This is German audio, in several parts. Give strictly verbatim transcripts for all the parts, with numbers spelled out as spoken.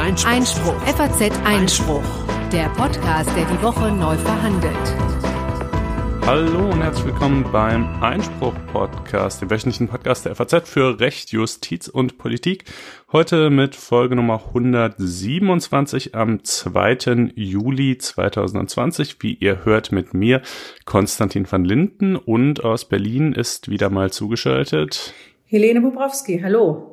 Einspruch. Einspruch. F A Z Einspruch. Der Podcast, der die Woche neu verhandelt. Hallo und herzlich willkommen beim Einspruch-Podcast, dem wöchentlichen Podcast der F A Z für Recht, Justiz und Politik. Heute mit Folge Nummer hundertsiebenundzwanzig am zweiten Juli zweitausendzwanzig. Wie ihr hört, mit mir, Konstantin van Linden, und aus Berlin ist wieder mal zugeschaltet Helene Bobrowski, hallo.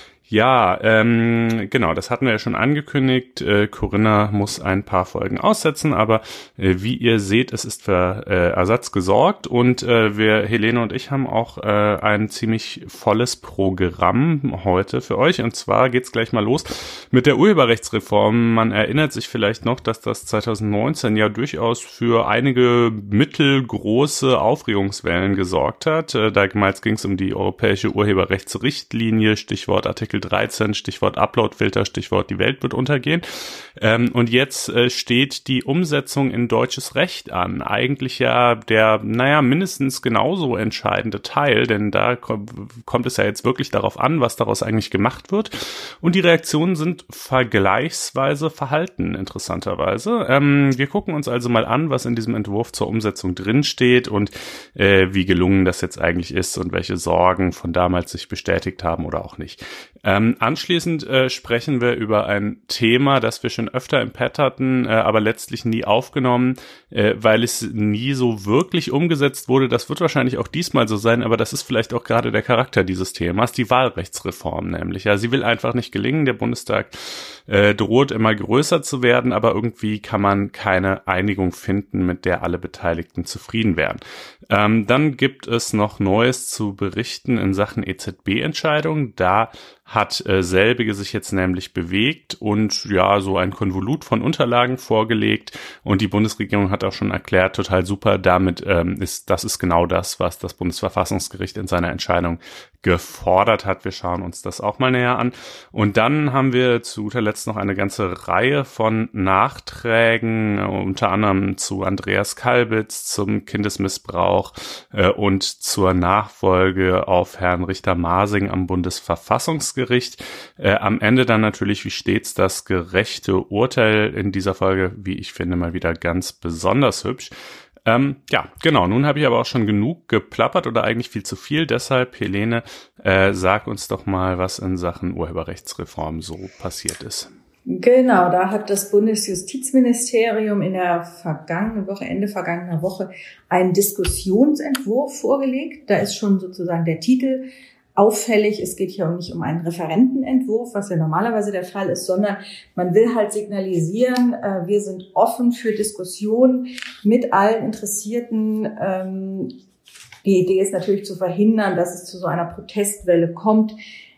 Ja, ähm, genau, das hatten wir ja schon angekündigt. Äh, Corinna muss ein paar Folgen aussetzen, aber äh, wie ihr seht, es ist für äh, Ersatz gesorgt, und äh, wir, Helene und ich, haben auch äh, ein ziemlich volles Programm heute für euch, und zwar geht's gleich mal los mit der Urheberrechtsreform. Man erinnert sich vielleicht noch, dass das zweitausendneunzehn ja durchaus für einige mittelgroße Aufregungswellen gesorgt hat. Äh, damals ging es um die europäische Urheberrechtsrichtlinie, Stichwort Artikel dreizehn, Stichwort Uploadfilter, Stichwort die Welt wird untergehen. Ähm, und jetzt äh, steht die Umsetzung in deutsches Recht an. Eigentlich ja der, naja, mindestens genauso entscheidende Teil, denn da kom- kommt es ja jetzt wirklich darauf an, was daraus eigentlich gemacht wird. Und die Reaktionen sind vergleichsweise verhalten, interessanterweise. Ähm, wir gucken uns also mal an, was in diesem Entwurf zur Umsetzung drinsteht und äh, wie gelungen das jetzt eigentlich ist und welche Sorgen von damals sich bestätigt haben oder auch nicht. Ähm, anschließend äh, sprechen wir über ein Thema, das wir schon öfter im Pad hatten, äh, aber letztlich nie aufgenommen, äh, weil es nie so wirklich umgesetzt wurde. Das wird wahrscheinlich auch diesmal so sein, aber das ist vielleicht auch gerade der Charakter dieses Themas, die Wahlrechtsreform nämlich. Ja, sie will einfach nicht gelingen. Der Bundestag äh, droht immer größer zu werden, aber irgendwie kann man keine Einigung finden, mit der alle Beteiligten zufrieden wären. Ähm, dann gibt es noch Neues zu berichten in Sachen E Z B-Entscheidung. Da hat äh, selbige sich jetzt nämlich bewegt und ja, so ein Konvolut von Unterlagen vorgelegt, und die Bundesregierung hat auch schon erklärt, total super, damit ähm, ist, das ist genau das, was das Bundesverfassungsgericht in seiner Entscheidung gefordert hat. Wir schauen uns das auch mal näher an. Und dann haben wir zu guter Letzt noch eine ganze Reihe von Nachträgen, äh, unter anderem zu Andreas Kalbitz, zum Kindesmissbrauch äh, und zur Nachfolge auf Herrn Richter Maasing am Bundesverfassungsgericht. Äh, am Ende dann natürlich wie stets das gerechte Urteil, in dieser Folge, wie ich finde, mal wieder ganz besonders hübsch. Ähm, ja, genau, nun habe ich aber auch schon genug geplappert oder eigentlich viel zu viel, deshalb, Helene, äh, sag uns doch mal, was in Sachen Urheberrechtsreform so passiert ist. Genau, da hat das Bundesjustizministerium in der vergangenen Woche, Ende vergangener Woche, einen Diskussionsentwurf vorgelegt. Da ist schon sozusagen der Titel auffällig. Es geht hier nicht um einen Referentenentwurf, was ja normalerweise der Fall ist, sondern man will halt signalisieren, äh, wir sind offen für Diskussionen mit allen Interessierten. Ähm, die Idee ist natürlich zu verhindern, dass es zu so einer Protestwelle kommt,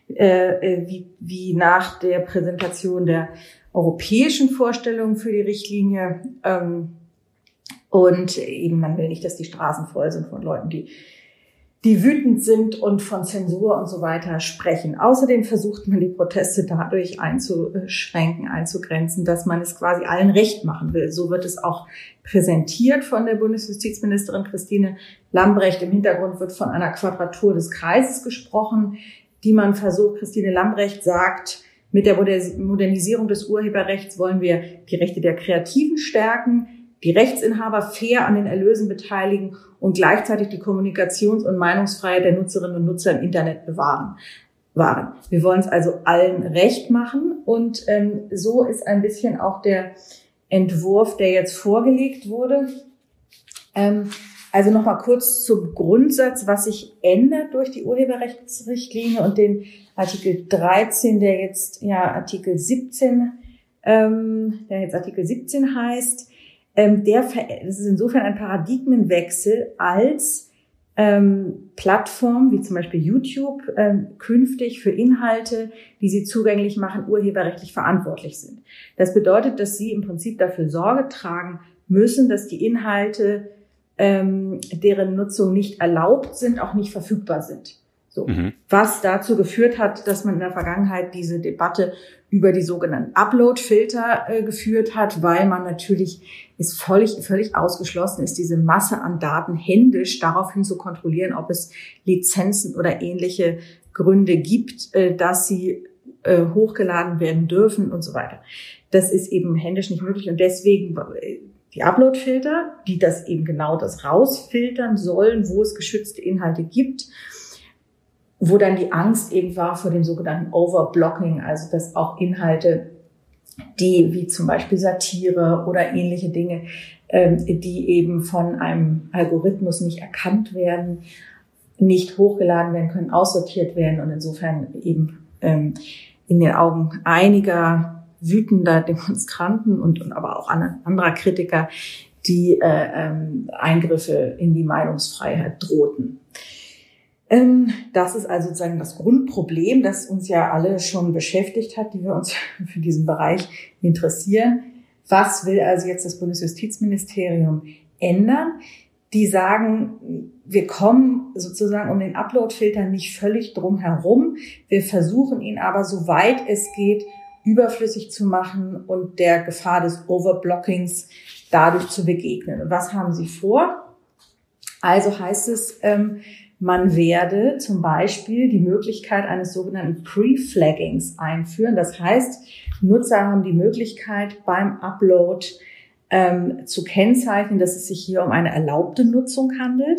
äh, wie, wie nach der Präsentation der europäischen Vorstellungen für die Richtlinie. Ähm, und eben, man will nicht, dass die Straßen voll sind von Leuten, die die wütend sind und von Zensur und so weiter sprechen. Außerdem versucht man, die Proteste dadurch einzuschränken, einzugrenzen, dass man es quasi allen recht machen will. So wird es auch präsentiert von der Bundesjustizministerin Christine Lambrecht. Im Hintergrund wird von einer Quadratur des Kreises gesprochen, die man versucht. Christine Lambrecht sagt, mit der Modernisierung des Urheberrechts wollen wir die Rechte der Kreativen stärken, die Rechtsinhaber fair an den Erlösen beteiligen und gleichzeitig die Kommunikations- und Meinungsfreiheit der Nutzerinnen und Nutzer im Internet bewahren. Wahren. Wir wollen es also allen recht machen, und ähm, so ist ein bisschen auch der Entwurf, der jetzt vorgelegt wurde. Ähm, also nochmal kurz zum Grundsatz, was sich ändert durch die Urheberrechtsrichtlinie und den Artikel dreizehn, der jetzt ja Artikel siebzehn, ähm, der jetzt Artikel siebzehn heißt. Ähm, der, das ist insofern ein Paradigmenwechsel, als ähm, Plattformen wie zum Beispiel YouTube ähm, künftig für Inhalte, die sie zugänglich machen, urheberrechtlich verantwortlich sind. Das bedeutet, dass sie im Prinzip dafür Sorge tragen müssen, dass die Inhalte, ähm, deren Nutzung nicht erlaubt sind, auch nicht verfügbar sind. So, mhm. Was dazu geführt hat, dass man in der Vergangenheit diese Debatte über die sogenannten Upload-Filter äh, geführt hat, weil man natürlich ist völlig, völlig ausgeschlossen ist, diese Masse an Daten händisch daraufhin zu kontrollieren, ob es Lizenzen oder ähnliche Gründe gibt, äh, dass sie äh, hochgeladen werden dürfen und so weiter. Das ist eben händisch nicht möglich und deswegen die Upload-Filter, die das eben genau das rausfiltern sollen, wo es geschützte Inhalte gibt, wo dann die Angst eben war vor dem sogenannten Overblocking, also dass auch Inhalte, die wie zum Beispiel Satire oder ähnliche Dinge, ähm, die eben von einem Algorithmus nicht erkannt werden, nicht hochgeladen werden können, aussortiert werden und insofern eben ähm, in den Augen einiger wütender Demonstranten und, und aber auch anderer Kritiker die äh, ähm, Eingriffe in die Meinungsfreiheit drohten. Ähm, das ist also sozusagen das Grundproblem, das uns ja alle schon beschäftigt hat, die wir uns für diesen Bereich interessieren. Was will also jetzt das Bundesjustizministerium ändern? Die sagen, wir kommen sozusagen um den Upload-Filter nicht völlig drum herum. Wir versuchen ihn aber, soweit es geht, überflüssig zu machen und der Gefahr des Overblockings dadurch zu begegnen. Und was haben sie vor? Also heißt es, ähm, man werde zum Beispiel die Möglichkeit eines sogenannten Pre-Flaggings einführen. Das heißt, Nutzer haben die Möglichkeit, beim Upload ähm, zu kennzeichnen, dass es sich hier um eine erlaubte Nutzung handelt.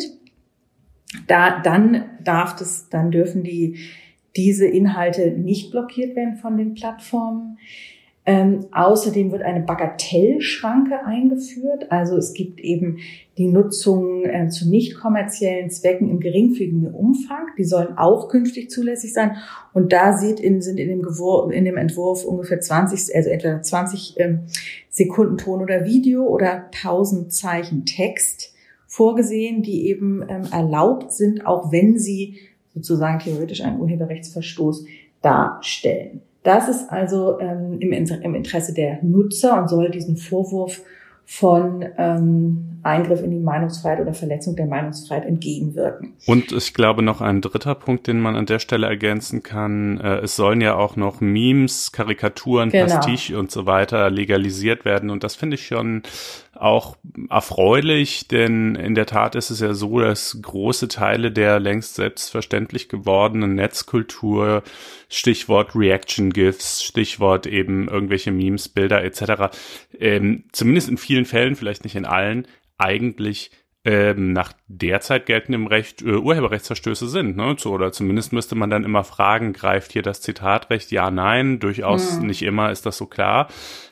Da, dann darf das, dann dürfen die diese Inhalte nicht blockiert werden von den Plattformen. Ähm, außerdem wird eine Bagatellschranke eingeführt. Also es gibt eben die Nutzung äh, zu nicht kommerziellen Zwecken im geringfügigen Umfang. Die sollen auch künftig zulässig sein. Und da sieht in, sind in dem, Gewur- in dem Entwurf ungefähr zwanzig, also etwa zwanzig ähm, Sekunden Ton oder Video oder tausend Zeichen Text vorgesehen, die eben ähm, erlaubt sind, auch wenn sie sozusagen theoretisch einen Urheberrechtsverstoß darstellen. Das ist also ähm, im, im Interesse der Nutzer und soll diesen Vorwurf von ähm, Eingriff in die Meinungsfreiheit oder Verletzung der Meinungsfreiheit entgegenwirken. Und ich glaube noch ein dritter Punkt, den man an der Stelle ergänzen kann, äh, es sollen ja auch noch Memes, Karikaturen, genau. Pastiche und so weiter legalisiert werden und das finde ich schon auch erfreulich, denn in der Tat ist es ja so, dass große Teile der längst selbstverständlich gewordenen Netzkultur, Stichwort Reaction-GIFs, Stichwort eben irgendwelche Memes, Bilder et cetera, ähm, zumindest in vielen Fällen, vielleicht nicht in allen, eigentlich ähm, nach derzeit geltendem Recht äh, Urheberrechtsverstöße sind, ne? So, oder zumindest müsste man dann immer fragen, greift hier das Zitatrecht? Ja, nein, durchaus hm. nicht immer ist das so klar.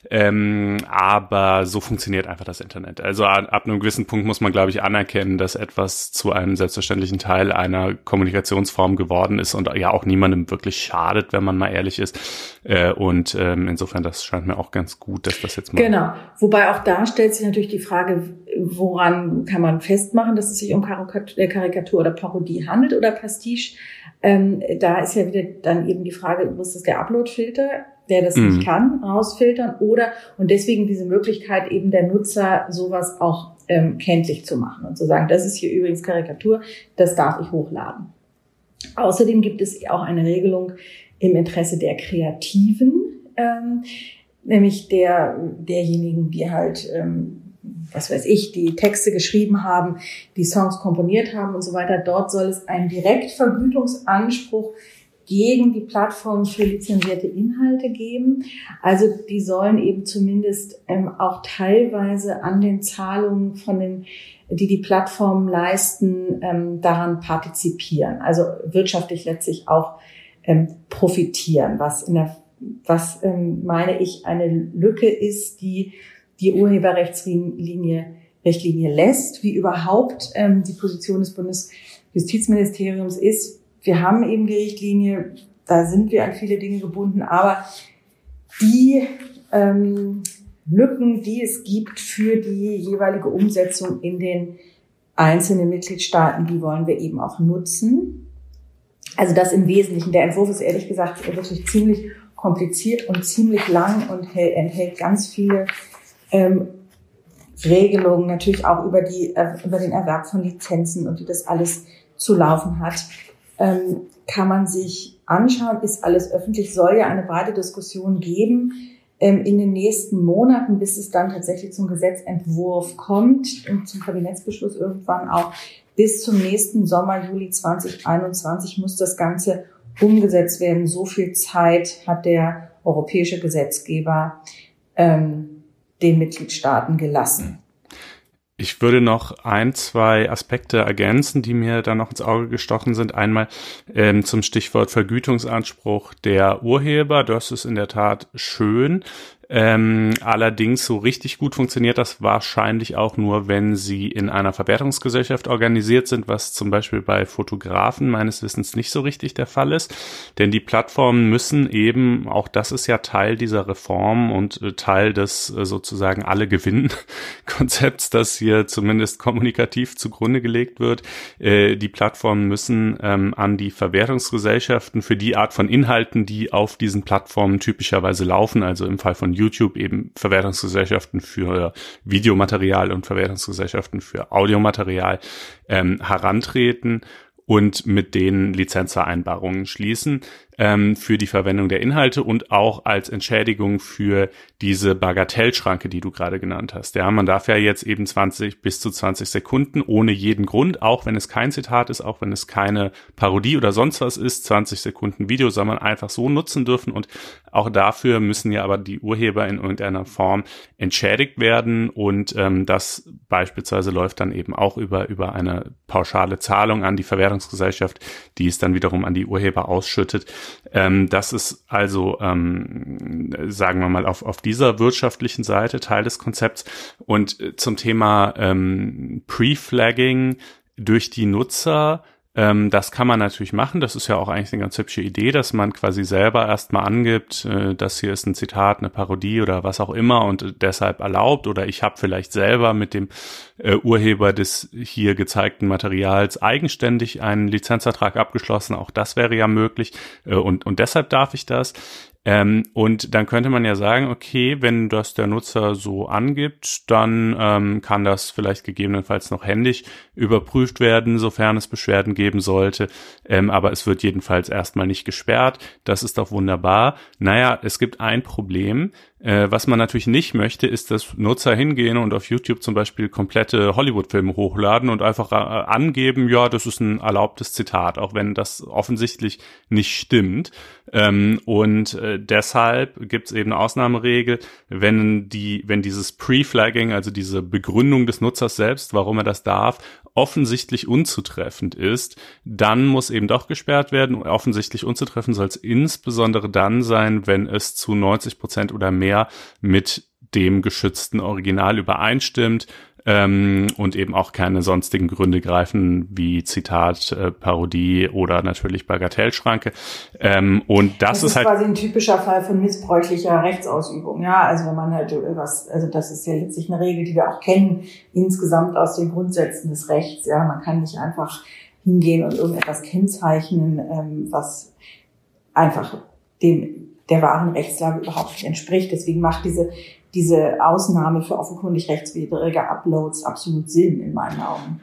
Ähm, aber so funktioniert einfach das Internet. Also ab, ab einem gewissen Punkt muss man, glaube ich, anerkennen, dass etwas zu einem selbstverständlichen Teil einer Kommunikationsform geworden ist und ja auch niemandem wirklich schadet, wenn man mal ehrlich ist. Äh, und ähm, insofern, das scheint mir auch ganz gut, dass das jetzt mal... Genau, wobei auch da stellt sich natürlich die Frage, woran kann man festmachen, dass es sich um Karikatur oder Parodie handelt oder Pastiche. Ähm, da ist ja wieder dann eben die Frage, muss das der Upload-Filter, der das mhm. nicht kann, rausfiltern oder, und deswegen diese Möglichkeit eben der Nutzer, sowas auch ähm, kenntlich zu machen und zu sagen, das ist hier übrigens Karikatur, das darf ich hochladen. Außerdem gibt es auch eine Regelung im Interesse der Kreativen, ähm, nämlich der derjenigen, die halt ähm, was weiß ich, die Texte geschrieben haben, die Songs komponiert haben und so weiter. Dort soll es einen Direktvergütungsanspruch gegen die Plattform für lizenzierte Inhalte geben. Also die sollen eben zumindest ähm, auch teilweise an den Zahlungen von den, die die Plattformen leisten, ähm, daran partizipieren. Also wirtschaftlich letztlich auch ähm, profitieren, was in der, was ähm, meine ich eine Lücke ist, die die Urheberrechtslinie Richtlinie lässt, wie überhaupt ähm, die Position des Bundesjustizministeriums ist. Wir haben eben die Richtlinie, da sind wir an viele Dinge gebunden, aber die ähm, Lücken, die es gibt für die jeweilige Umsetzung in den einzelnen Mitgliedstaaten, die wollen wir eben auch nutzen. Also das im Wesentlichen. Der Entwurf ist ehrlich gesagt wirklich ziemlich kompliziert und ziemlich lang und enthält ganz viele Ähm, Regelungen, natürlich auch über die äh, über den Erwerb von Lizenzen und wie das alles zu laufen hat, ähm, kann man sich anschauen, ist alles öffentlich, soll ja eine breite Diskussion geben ähm, in den nächsten Monaten, bis es dann tatsächlich zum Gesetzentwurf kommt und zum Kabinettsbeschluss irgendwann auch. Bis zum nächsten Sommer, Juli zwanzig einundzwanzig, muss das Ganze umgesetzt werden. So viel Zeit hat der europäische Gesetzgeber ähm, den Mitgliedstaaten gelassen. Ich würde noch ein, zwei Aspekte ergänzen, die mir da noch ins Auge gestochen sind. Einmal ähm, zum Stichwort Vergütungsanspruch der Urheber. Das ist in der Tat schön. Ähm, allerdings so richtig gut funktioniert das wahrscheinlich auch nur, wenn sie in einer Verwertungsgesellschaft organisiert sind, was zum Beispiel bei Fotografen meines Wissens nicht so richtig der Fall ist. Denn die Plattformen müssen eben, auch das ist ja Teil dieser Reform und äh, Teil des äh, sozusagen alle gewinnen Konzepts, das hier zumindest kommunikativ zugrunde gelegt wird. Äh, die Plattformen müssen ähm, an die Verwertungsgesellschaften für die Art von Inhalten, die auf diesen Plattformen typischerweise laufen, also im Fall von YouTube eben Verwertungsgesellschaften für Videomaterial und Verwertungsgesellschaften für Audiomaterial ähm, herantreten und mit denen Lizenzvereinbarungen schließen ähm, für die Verwendung der Inhalte und auch als Entschädigung für diese Bagatellschranke, die du gerade genannt hast. Ja, man darf ja jetzt eben zwanzig bis zu zwanzig Sekunden ohne jeden Grund, auch wenn es kein Zitat ist, auch wenn es keine Parodie oder sonst was ist, zwanzig Sekunden Video soll man einfach so nutzen dürfen und auch dafür müssen ja aber die Urheber in irgendeiner Form entschädigt werden und ähm, das beispielsweise läuft dann eben auch über über eine pauschale Zahlung an die Verwertungsgesellschaft, die es dann wiederum an die Urheber ausschüttet. Ähm, das ist also, ähm, sagen wir mal, auf, auf dieser wirtschaftlichen Seite Teil des Konzepts. Und äh, zum Thema ähm, Pre-Flagging durch die Nutzer, ähm, das kann man natürlich machen. Das ist ja auch eigentlich eine ganz hübsche Idee, dass man quasi selber erstmal angibt, äh, das hier ist ein Zitat, eine Parodie oder was auch immer und äh, deshalb erlaubt. Oder ich habe vielleicht selber mit dem äh, Urheber des hier gezeigten Materials eigenständig einen Lizenzvertrag abgeschlossen. Auch das wäre ja möglich äh, und, und deshalb darf ich das. Ähm, und dann könnte man ja sagen, okay, wenn das der Nutzer so angibt, dann ähm, kann das vielleicht gegebenenfalls noch händisch überprüft werden, sofern es Beschwerden geben sollte. Ähm, aber es wird jedenfalls erstmal nicht gesperrt. Das ist doch wunderbar. Naja, es gibt ein Problem. Äh, was man natürlich nicht möchte, ist, dass Nutzer hingehen und auf YouTube zum Beispiel komplette Hollywood-Filme hochladen und einfach äh, angeben, ja, das ist ein erlaubtes Zitat, auch wenn das offensichtlich nicht stimmt. Ähm, und äh, deshalb gibt es eben eine Ausnahmeregel, wenn die, wenn dieses Pre-Flagging, also diese Begründung des Nutzers selbst, warum er das darf, offensichtlich unzutreffend ist, dann muss eben doch gesperrt werden. Offensichtlich unzutreffend soll es insbesondere dann sein, wenn es zu neunzig Prozent oder mehr mit dem geschützten Original übereinstimmt ähm, und eben auch keine sonstigen Gründe greifen, wie Zitat, äh, Parodie oder natürlich Bagatellschranke. Ähm, und das, das ist, ist halt quasi ein typischer Fall von missbräuchlicher Rechtsausübung. Ja, also wenn man halt irgendwas, also das ist ja letztlich eine Regel, die wir auch kennen, insgesamt aus den Grundsätzen des Rechts. Ja, man kann nicht einfach hingehen und irgendetwas kennzeichnen, ähm, was einfach dem der wahren Rechtslage überhaupt nicht entspricht. Deswegen macht diese diese Ausnahme für offenkundig rechtswidrige Uploads absolut Sinn in meinen Augen.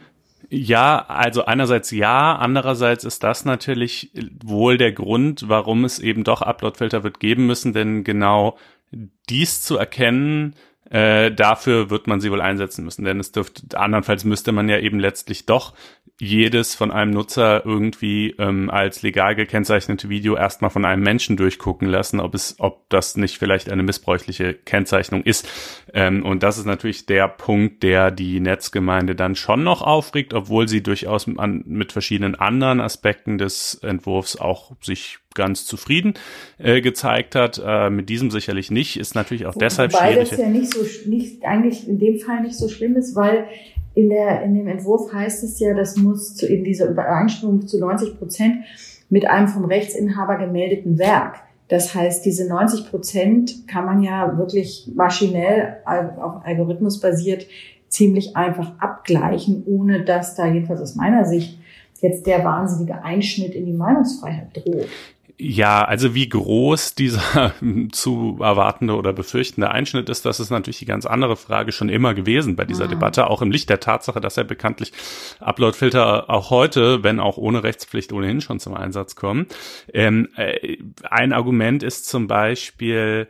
Ja, also einerseits ja, andererseits ist das natürlich wohl der Grund, warum es eben doch Uploadfilter wird geben müssen, denn genau dies zu erkennen, äh, dafür wird man sie wohl einsetzen müssen, denn es dürfte, andernfalls müsste man ja eben letztlich doch jedes von einem Nutzer irgendwie ähm, als legal gekennzeichnete Video erstmal von einem Menschen durchgucken lassen, ob es, ob das nicht vielleicht eine missbräuchliche Kennzeichnung ist. Ähm, und das ist natürlich der Punkt, der die Netzgemeinde dann schon noch aufregt, obwohl sie durchaus an, mit verschiedenen anderen Aspekten des Entwurfs auch sich ganz zufrieden äh, gezeigt hat. Äh, mit diesem sicherlich nicht, ist natürlich auch deshalb Wobei schwierig. Weil das ja nicht so, nicht, eigentlich in dem Fall nicht so schlimm ist, weil in der, in dem Entwurf heißt es ja, das muss zu, in dieser Übereinstimmung zu neunzig Prozent mit einem vom Rechtsinhaber gemeldeten Werk. Das heißt, diese neunzig Prozent kann man ja wirklich maschinell auf Algorithmus basiert ziemlich einfach abgleichen, ohne dass da jedenfalls aus meiner Sicht jetzt der wahnsinnige Einschnitt in die Meinungsfreiheit droht. Ja, also wie groß dieser zu erwartende oder befürchtende Einschnitt ist, das ist natürlich die ganz andere Frage schon immer gewesen bei dieser mhm. Debatte, auch im Licht der Tatsache, dass ja bekanntlich Uploadfilter auch heute, wenn auch ohne Rechtspflicht, ohnehin schon zum Einsatz kommen. Ähm, äh, ein Argument ist zum Beispiel,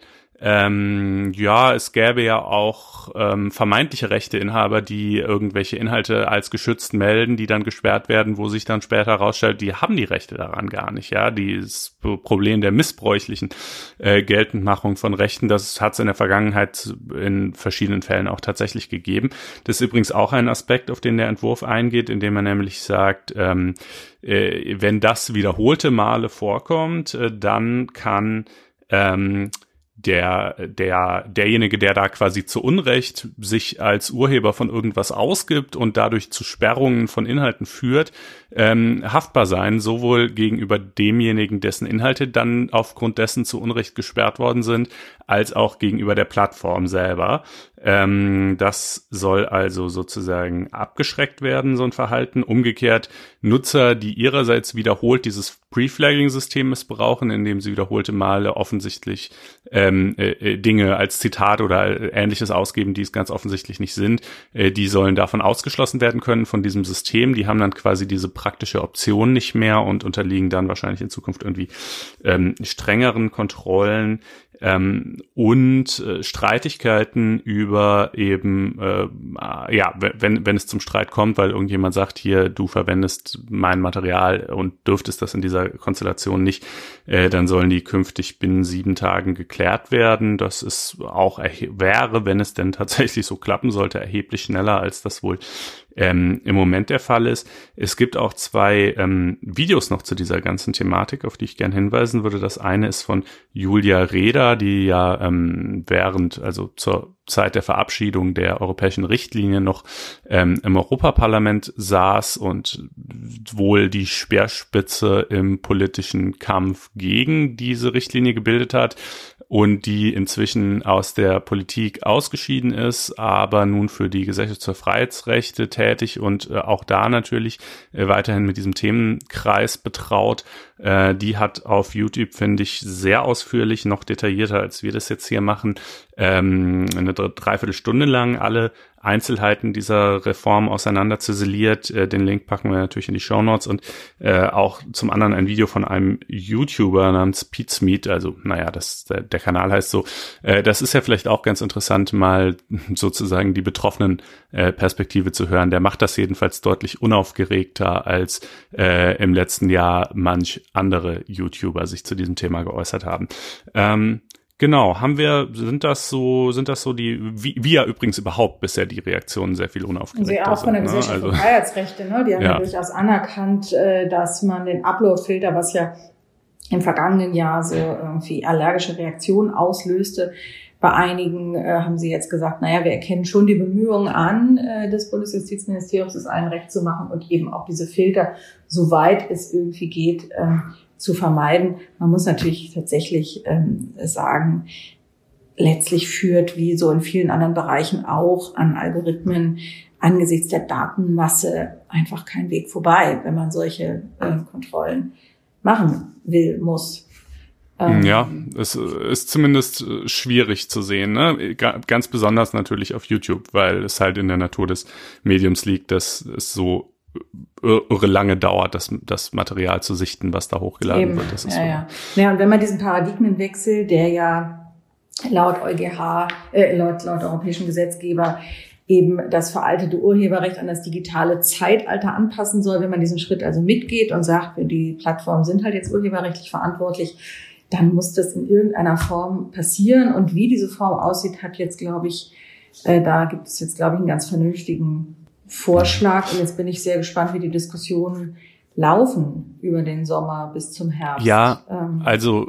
ähm, ja, es gäbe ja auch ähm, vermeintliche Rechteinhaber, die irgendwelche Inhalte als geschützt melden, die dann gesperrt werden, wo sich dann später herausstellt, die haben die Rechte daran gar nicht. Ja, dieses Problem der missbräuchlichen äh, Geltendmachung von Rechten, das hat es in der Vergangenheit in verschiedenen Fällen auch tatsächlich gegeben. Das ist übrigens auch ein Aspekt, auf den der Entwurf eingeht, indem er nämlich sagt, ähm, äh, wenn das wiederholte Male vorkommt, äh, dann kann ähm, der, der, derjenige, der da quasi zu Unrecht sich als Urheber von irgendwas ausgibt und dadurch zu Sperrungen von Inhalten führt, ähm, haftbar sein, sowohl gegenüber demjenigen, dessen Inhalte dann aufgrund dessen zu Unrecht gesperrt worden sind, als auch gegenüber der Plattform selber. Ähm, das soll also sozusagen abgeschreckt werden, so ein Verhalten. Umgekehrt Nutzer, die ihrerseits wiederholt dieses Pre-Flagging-System missbrauchen, indem sie wiederholte Male offensichtlich ähm, äh, Dinge als Zitat oder Ähnliches ausgeben, die es ganz offensichtlich nicht sind, äh, die sollen davon ausgeschlossen werden können von diesem System. Die haben dann quasi diese praktische Option nicht mehr und unterliegen dann wahrscheinlich in Zukunft irgendwie ähm, strengeren Kontrollen. Ähm, und äh, Streitigkeiten über eben, äh, ja, wenn wenn es zum Streit kommt, weil irgendjemand sagt, hier, du verwendest mein Material und dürftest das in dieser Konstellation nicht, äh, dann sollen die künftig binnen sieben Tagen geklärt werden. Das ist auch, erhe- wäre, wenn es denn tatsächlich so klappen sollte, erheblich schneller, als das wohl ähm, im Moment der Fall ist. Es gibt auch zwei ähm, Videos noch zu dieser ganzen Thematik, auf die ich gern hinweisen würde. Das eine ist von Julia Reda, die ja ähm, während, also zur Zeit der Verabschiedung der europäischen Richtlinie noch ähm, im Europaparlament saß und wohl die Speerspitze im politischen Kampf gegen diese Richtlinie gebildet hat und die inzwischen aus der Politik ausgeschieden ist, aber nun für die Gesellschaft für Freiheitsrechte tätig und äh, auch da natürlich äh, weiterhin mit diesem Themenkreis betraut. Äh, die hat auf YouTube, finde ich, sehr ausführlich, noch detaillierter, als wir das jetzt hier machen, ähm, eine Dreiviertelstunde lang alle Einzelheiten dieser Reform auseinander ziseliert. Äh, den Link packen wir natürlich in die Shownotes und äh, auch zum anderen ein Video von einem YouTuber namens Pizmeet, also naja, das, der, der Kanal heißt so. Äh, das ist ja vielleicht auch ganz interessant, mal sozusagen die betroffenen äh, Perspektive zu hören. Der macht das jedenfalls deutlich unaufgeregter, als äh, im letzten Jahr manch andere YouTuber sich zu diesem Thema geäußert haben. Ähm, Genau, haben wir, sind das so, sind das so die, wie, wie ja übrigens überhaupt bisher die Reaktionen sehr viel unaufgeregter sind. Also auch von der ne? Gesellschaft also, für Freiheitsrechte, ne? Die haben ja. ja durchaus anerkannt, dass man den Upload-Filter, was ja im vergangenen Jahr so irgendwie allergische Reaktionen auslöste, bei einigen äh, haben sie jetzt gesagt, naja, wir erkennen schon die Bemühungen an, äh, des Bundesjustizministeriums, es allen recht zu machen und eben auch diese Filter, soweit es irgendwie geht, äh, zu vermeiden. Man muss natürlich tatsächlich ähm, sagen, letztlich führt, wie so in vielen anderen Bereichen auch, an Algorithmen angesichts der Datenmasse einfach kein Weg vorbei, wenn man solche äh, Kontrollen machen will, muss. Ähm, ja, es ist zumindest schwierig zu sehen, ne? Ganz besonders natürlich auf YouTube, weil es halt in der Natur des Mediums liegt, dass es so irre lange dauert, das, das Material zu sichten, was da hochgeladen Eben. wird. Das ist ja, so. ja. Ja, und wenn man diesen Paradigmenwechsel, der ja laut EuGH, äh, laut, laut europäischem Gesetzgeber eben das veraltete Urheberrecht an das digitale Zeitalter anpassen soll, wenn man diesen Schritt also mitgeht und sagt, die Plattformen sind halt jetzt urheberrechtlich verantwortlich, dann muss das in irgendeiner Form passieren. Und wie diese Form aussieht, hat jetzt, glaube ich, äh, da gibt es jetzt, glaube ich, einen ganz vernünftigen Vorschlag. Und jetzt bin ich sehr gespannt, wie die Diskussionen laufen über den Sommer bis zum Herbst. Ja, ähm. also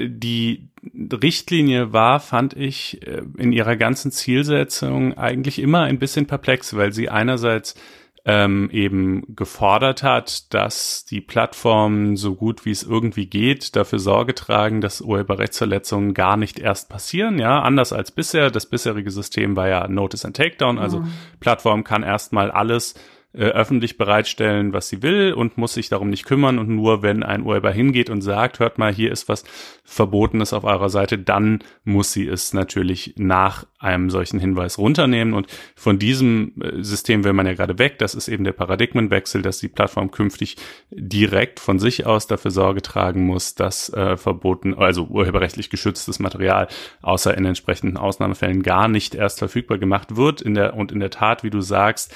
die Richtlinie war, fand ich, in ihrer ganzen Zielsetzung eigentlich immer ein bisschen perplex, weil sie einerseits ähm, eben gefordert hat, dass die Plattformen so gut wie es irgendwie geht dafür Sorge tragen, dass Urheberrechtsverletzungen gar nicht erst passieren, ja, anders als bisher. Das bisherige System war ja Notice and Takedown, also mhm. Plattform kann erstmal alles äh, öffentlich bereitstellen, was sie will und muss sich darum nicht kümmern. Und nur wenn ein Urheber hingeht und sagt, hört mal, hier ist was Verbotenes auf eurer Seite, dann muss sie es natürlich nach einem solchen Hinweis runternehmen. Und von diesem äh, System will man ja gerade weg. Das ist eben der Paradigmenwechsel, dass die Plattform künftig direkt von sich aus dafür Sorge tragen muss, dass äh, verboten, also urheberrechtlich geschütztes Material außer in entsprechenden Ausnahmefällen gar nicht erst verfügbar gemacht wird. In der und in der Tat, wie du sagst,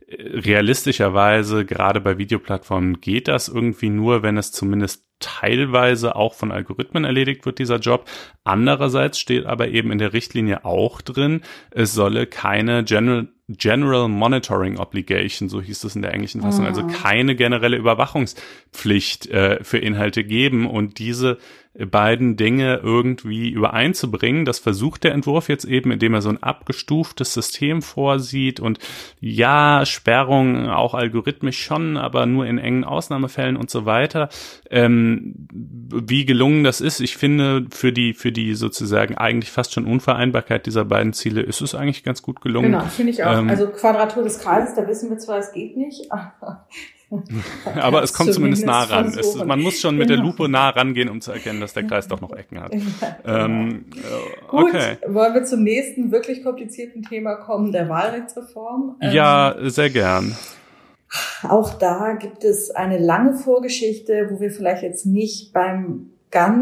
realistischerweise, gerade bei Videoplattformen geht das irgendwie nur, wenn es zumindest teilweise auch von Algorithmen erledigt wird, dieser Job. Andererseits steht aber eben in der Richtlinie auch drin, es solle keine General General Monitoring Obligation, so hieß es in der englischen Fassung, also keine generelle Überwachungspflicht äh, für Inhalte geben. Und diese beiden Dinge irgendwie übereinzubringen, das versucht der Entwurf jetzt eben, indem er so ein abgestuftes System vorsieht und ja, Sperrung auch algorithmisch schon, aber nur in engen Ausnahmefällen und so weiter. Ähm, wie gelungen das ist, ich finde, für die für die sozusagen eigentlich fast schon Unvereinbarkeit dieser beiden Ziele ist es eigentlich ganz gut gelungen. Genau, finde ich auch. Ähm, also Quadratur des Kreises, da wissen wir zwar, es geht nicht, aber aber es kommt zumindest nah ran. Es, man muss schon mit genau. der Lupe nah rangehen, um zu erkennen, dass der Kreis doch noch Ecken hat. Ja, ähm, Gut, okay. Wollen wir zum nächsten wirklich komplizierten Thema kommen, der Wahlrechtsreform? Ja, ähm, sehr gern. Auch da gibt es eine lange Vorgeschichte, wo wir vielleicht jetzt nicht beim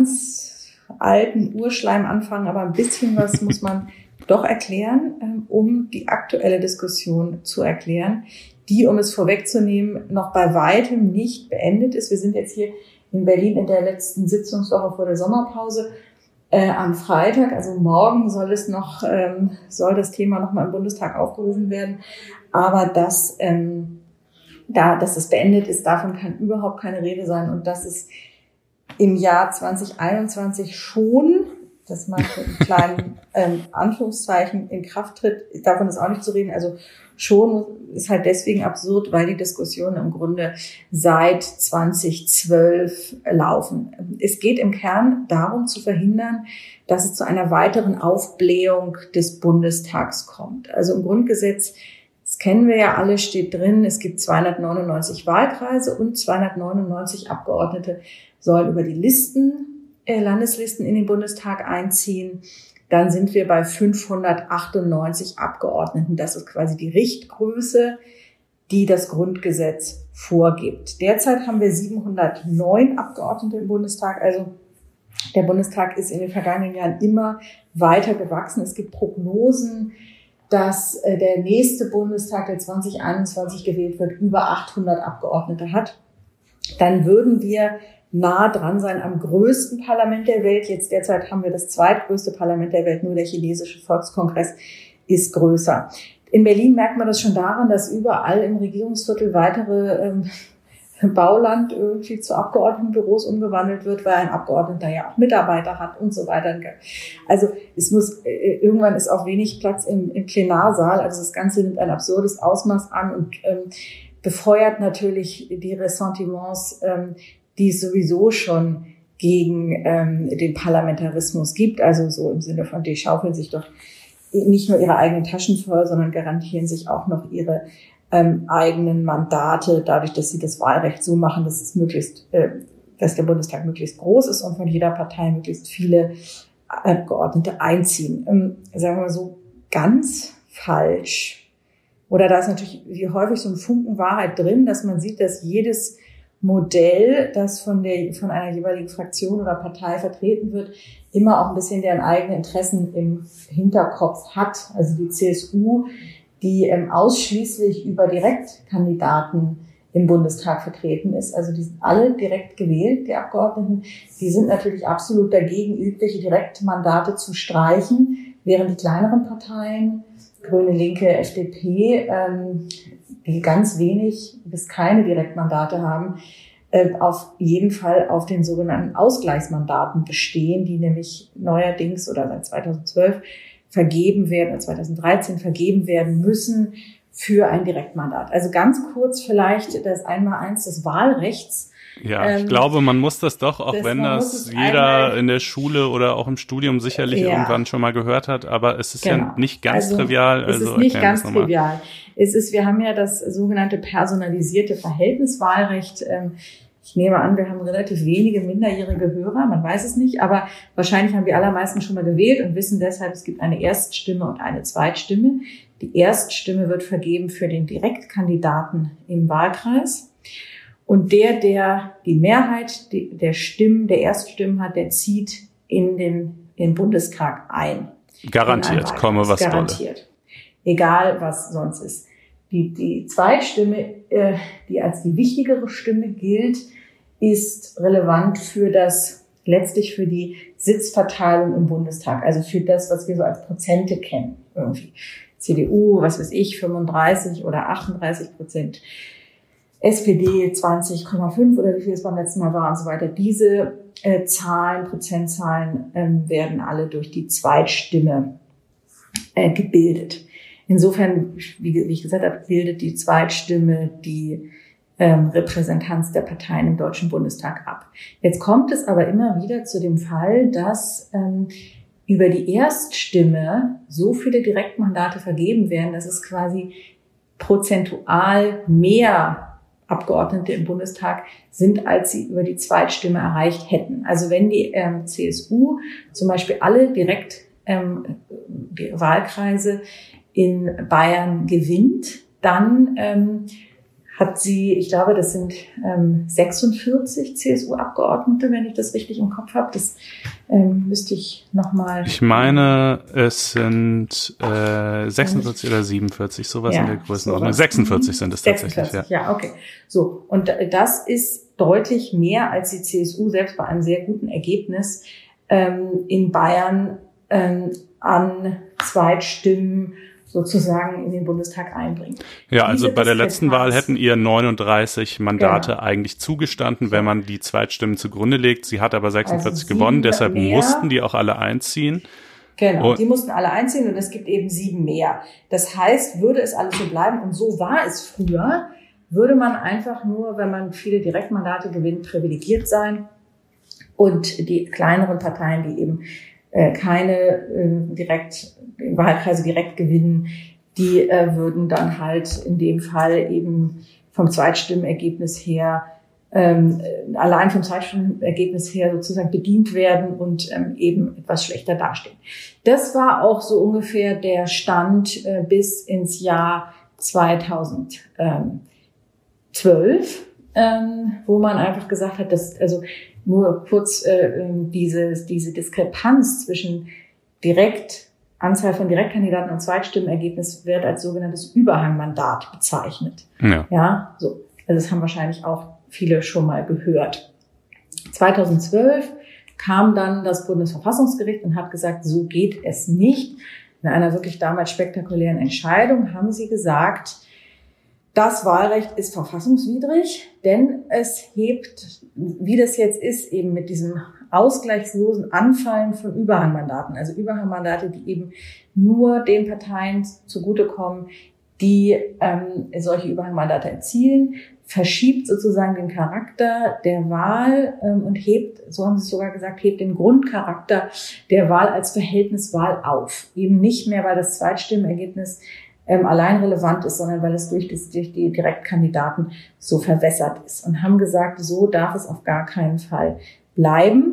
ganz alten Urschleim anfangen, aber ein bisschen was muss man doch erklären, um die aktuelle Diskussion zu erklären, die, um es vorwegzunehmen, noch bei weitem nicht beendet ist. Wir sind jetzt hier in Berlin in der letzten Sitzungswoche vor der Sommerpause. Äh, am Freitag, also morgen, soll es noch, ähm, soll das Thema nochmal im Bundestag aufgerufen werden. Aber dass, ähm, da, dass es beendet ist, davon kann überhaupt keine Rede sein. Und dass es im Jahr zwanzig einundzwanzig schon, das mal mit einem kleinen ähm, Anführungszeichen in Kraft tritt, davon ist auch nicht zu reden. Also schon ist halt deswegen absurd, weil die Diskussionen im Grunde seit zweitausendzwölf laufen. Es geht im Kern darum zu verhindern, dass es zu einer weiteren Aufblähung des Bundestags kommt. Also im Grundgesetz, das kennen wir ja alle, steht drin, es gibt zweihundertneunundneunzig Wahlkreise und zweihundertneunundneunzig Abgeordnete sollen über die Listen, äh, Landeslisten in den Bundestag einziehen. Dann sind wir bei fünfhundertachtundneunzig Abgeordneten. Das ist quasi die Richtgröße, die das Grundgesetz vorgibt. Derzeit haben wir siebenhundertneun Abgeordnete im Bundestag. Also der Bundestag ist in den vergangenen Jahren immer weiter gewachsen. Es gibt Prognosen, dass der nächste Bundestag, der zwanzig einundzwanzig gewählt wird, über achthundert Abgeordnete hat. Dann würden wir nah dran sein am größten Parlament der Welt. Jetzt derzeit haben wir das zweitgrößte Parlament der Welt, nur der chinesische Volkskongress ist größer. In Berlin merkt man das schon daran, dass überall im Regierungsviertel weitere ähm, Bauland irgendwie zu Abgeordnetenbüros umgewandelt wird, weil ein Abgeordneter ja auch Mitarbeiter hat und so weiter. Also es muss, äh, irgendwann ist auch wenig Platz im, im Plenarsaal. Also das Ganze nimmt ein absurdes Ausmaß an und ähm, befeuert natürlich die Ressentiments, ähm, die es sowieso schon gegen ähm, den Parlamentarismus gibt. Also so im Sinne von, die schaufeln sich doch nicht nur ihre eigenen Taschen voll, sondern garantieren sich auch noch ihre ähm, eigenen Mandate, dadurch, dass sie das Wahlrecht so machen, dass es möglichst, äh, dass der Bundestag möglichst groß ist und von jeder Partei möglichst viele Abgeordnete einziehen. Ähm, sagen wir mal so, ganz falsch. Oder da ist natürlich wie häufig so ein Funken Wahrheit drin, dass man sieht, dass jedes Modell, das von der, von einer jeweiligen Fraktion oder Partei vertreten wird, immer auch ein bisschen deren eigenen Interessen im Hinterkopf hat. Also die C S U, die ähm, ausschließlich über Direktkandidaten im Bundestag vertreten ist, also die sind alle direkt gewählt, die Abgeordneten, die sind natürlich absolut dagegen, irgendwelche Direktmandate zu streichen, während die kleineren Parteien, Grüne, Linke, F D P, ähm, die ganz wenig bis keine Direktmandate haben, äh, auf jeden Fall auf den sogenannten Ausgleichsmandaten bestehen, die nämlich neuerdings oder seit zweitausendzwölf vergeben werden, oder zweitausenddreizehn vergeben werden müssen für ein Direktmandat. Also ganz kurz vielleicht das Einmaleins des Wahlrechts. Ja, ähm, ich glaube, man muss das doch, auch das, wenn das jeder einmal, in der Schule oder auch im Studium sicherlich ja, irgendwann schon mal gehört hat, aber es ist genau. ja nicht ganz also, trivial. Es also ist nicht ganz trivial. Es ist, wir haben ja das sogenannte personalisierte Verhältniswahlrecht. Ich nehme an, wir haben relativ wenige minderjährige Hörer, man weiß es nicht, aber wahrscheinlich haben die allermeisten schon mal gewählt und wissen deshalb, es gibt eine Erststimme und eine Zweitstimme. Die Erststimme wird vergeben für den Direktkandidaten im Wahlkreis. Und der, der die Mehrheit der Stimmen, der Erststimmen hat, der zieht in den, in den Bundestag ein. Garantiert, komme was Garantiert. Dolle. Egal, was sonst ist. Die, die Zweitstimme, äh, die als die wichtigere Stimme gilt, ist relevant für das, letztlich für die Sitzverteilung im Bundestag. Also für das, was wir so als Prozente kennen, irgendwie. C D U, was weiß ich, fünfunddreißig oder achtunddreißig Prozent. S P D zwanzig Komma fünf oder wie viel es beim letzten Mal war und so weiter. Diese äh, Zahlen, Prozentzahlen ähm, werden alle durch die Zweitstimme äh, gebildet. Insofern, wie, wie ich gesagt habe, bildet die Zweitstimme die ähm, Repräsentanz der Parteien im Deutschen Bundestag ab. Jetzt kommt es aber immer wieder zu dem Fall, dass ähm, über die Erststimme so viele Direktmandate vergeben werden, dass es quasi prozentual mehr Abgeordnete im Bundestag sind, als sie über die Zweitstimme erreicht hätten. Also wenn die ähm, C S U zum Beispiel alle direkt ähm, die Wahlkreise in Bayern gewinnt, dann ähm, hat sie, ich glaube, das sind ähm, sechsundvierzig C S U-Abgeordnete, wenn ich das richtig im Kopf habe. Das ähm, müsste ich nochmal... Ich meine, es sind äh, sechsundvierzig oder siebenundvierzig, sowas ja, in der Größenordnung. Sowas. sechsundvierzig sind es tatsächlich. sechsundvierzig, ja. ja, okay. So, und das ist deutlich mehr, als die C S U selbst bei einem sehr guten Ergebnis ähm, in Bayern ähm, an Zweitstimmen sozusagen in den Bundestag einbringt. Ja, also bei der letzten Wahl hätten ihr neununddreißig Mandate genau. eigentlich zugestanden, wenn man die Zweitstimmen zugrunde legt. Sie hat aber sechsundvierzig also gewonnen, deshalb mehr. mussten die auch alle einziehen. Genau, und die mussten alle einziehen und es gibt eben sieben mehr. Das heißt, würde es alles so bleiben, und so war es früher, würde man einfach nur, wenn man viele Direktmandate gewinnt, privilegiert sein und die kleineren Parteien, die eben äh, keine äh, direkt Wahlkreise direkt gewinnen, die äh, würden dann halt in dem Fall eben vom Zweitstimmenergebnis her, ähm, allein vom Zweitstimmenergebnis her sozusagen bedient werden und ähm, eben etwas schlechter dastehen. Das war auch so ungefähr der Stand äh, bis ins Jahr zweitausendzwölf, ähm, wo man einfach gesagt hat, dass also nur kurz äh, diese, diese Diskrepanz zwischen direkt Anzahl von Direktkandidaten und Zweitstimmenergebnis wird als sogenanntes Überhangmandat bezeichnet. Ja. ja, so. Also das haben wahrscheinlich auch viele schon mal gehört. zweitausendzwölf kam dann das Bundesverfassungsgericht und hat gesagt, so geht es nicht. In einer wirklich damals spektakulären Entscheidung haben sie gesagt, das Wahlrecht ist verfassungswidrig, denn es hebt, wie das jetzt ist, eben mit diesem ausgleichslosen Anfallen von Überhangmandaten, also Überhangmandate, die eben nur den Parteien zugutekommen, die ähm, solche Überhangmandate erzielen, verschiebt sozusagen den Charakter der Wahl ähm, und hebt, so haben sie es sogar gesagt, hebt den Grundcharakter der Wahl als Verhältniswahl auf. Eben nicht mehr, weil das Zweitstimmenergebnis ähm, allein relevant ist, sondern weil es durch, das, durch die Direktkandidaten so verwässert ist. Und haben gesagt, so darf es auf gar keinen Fall bleiben.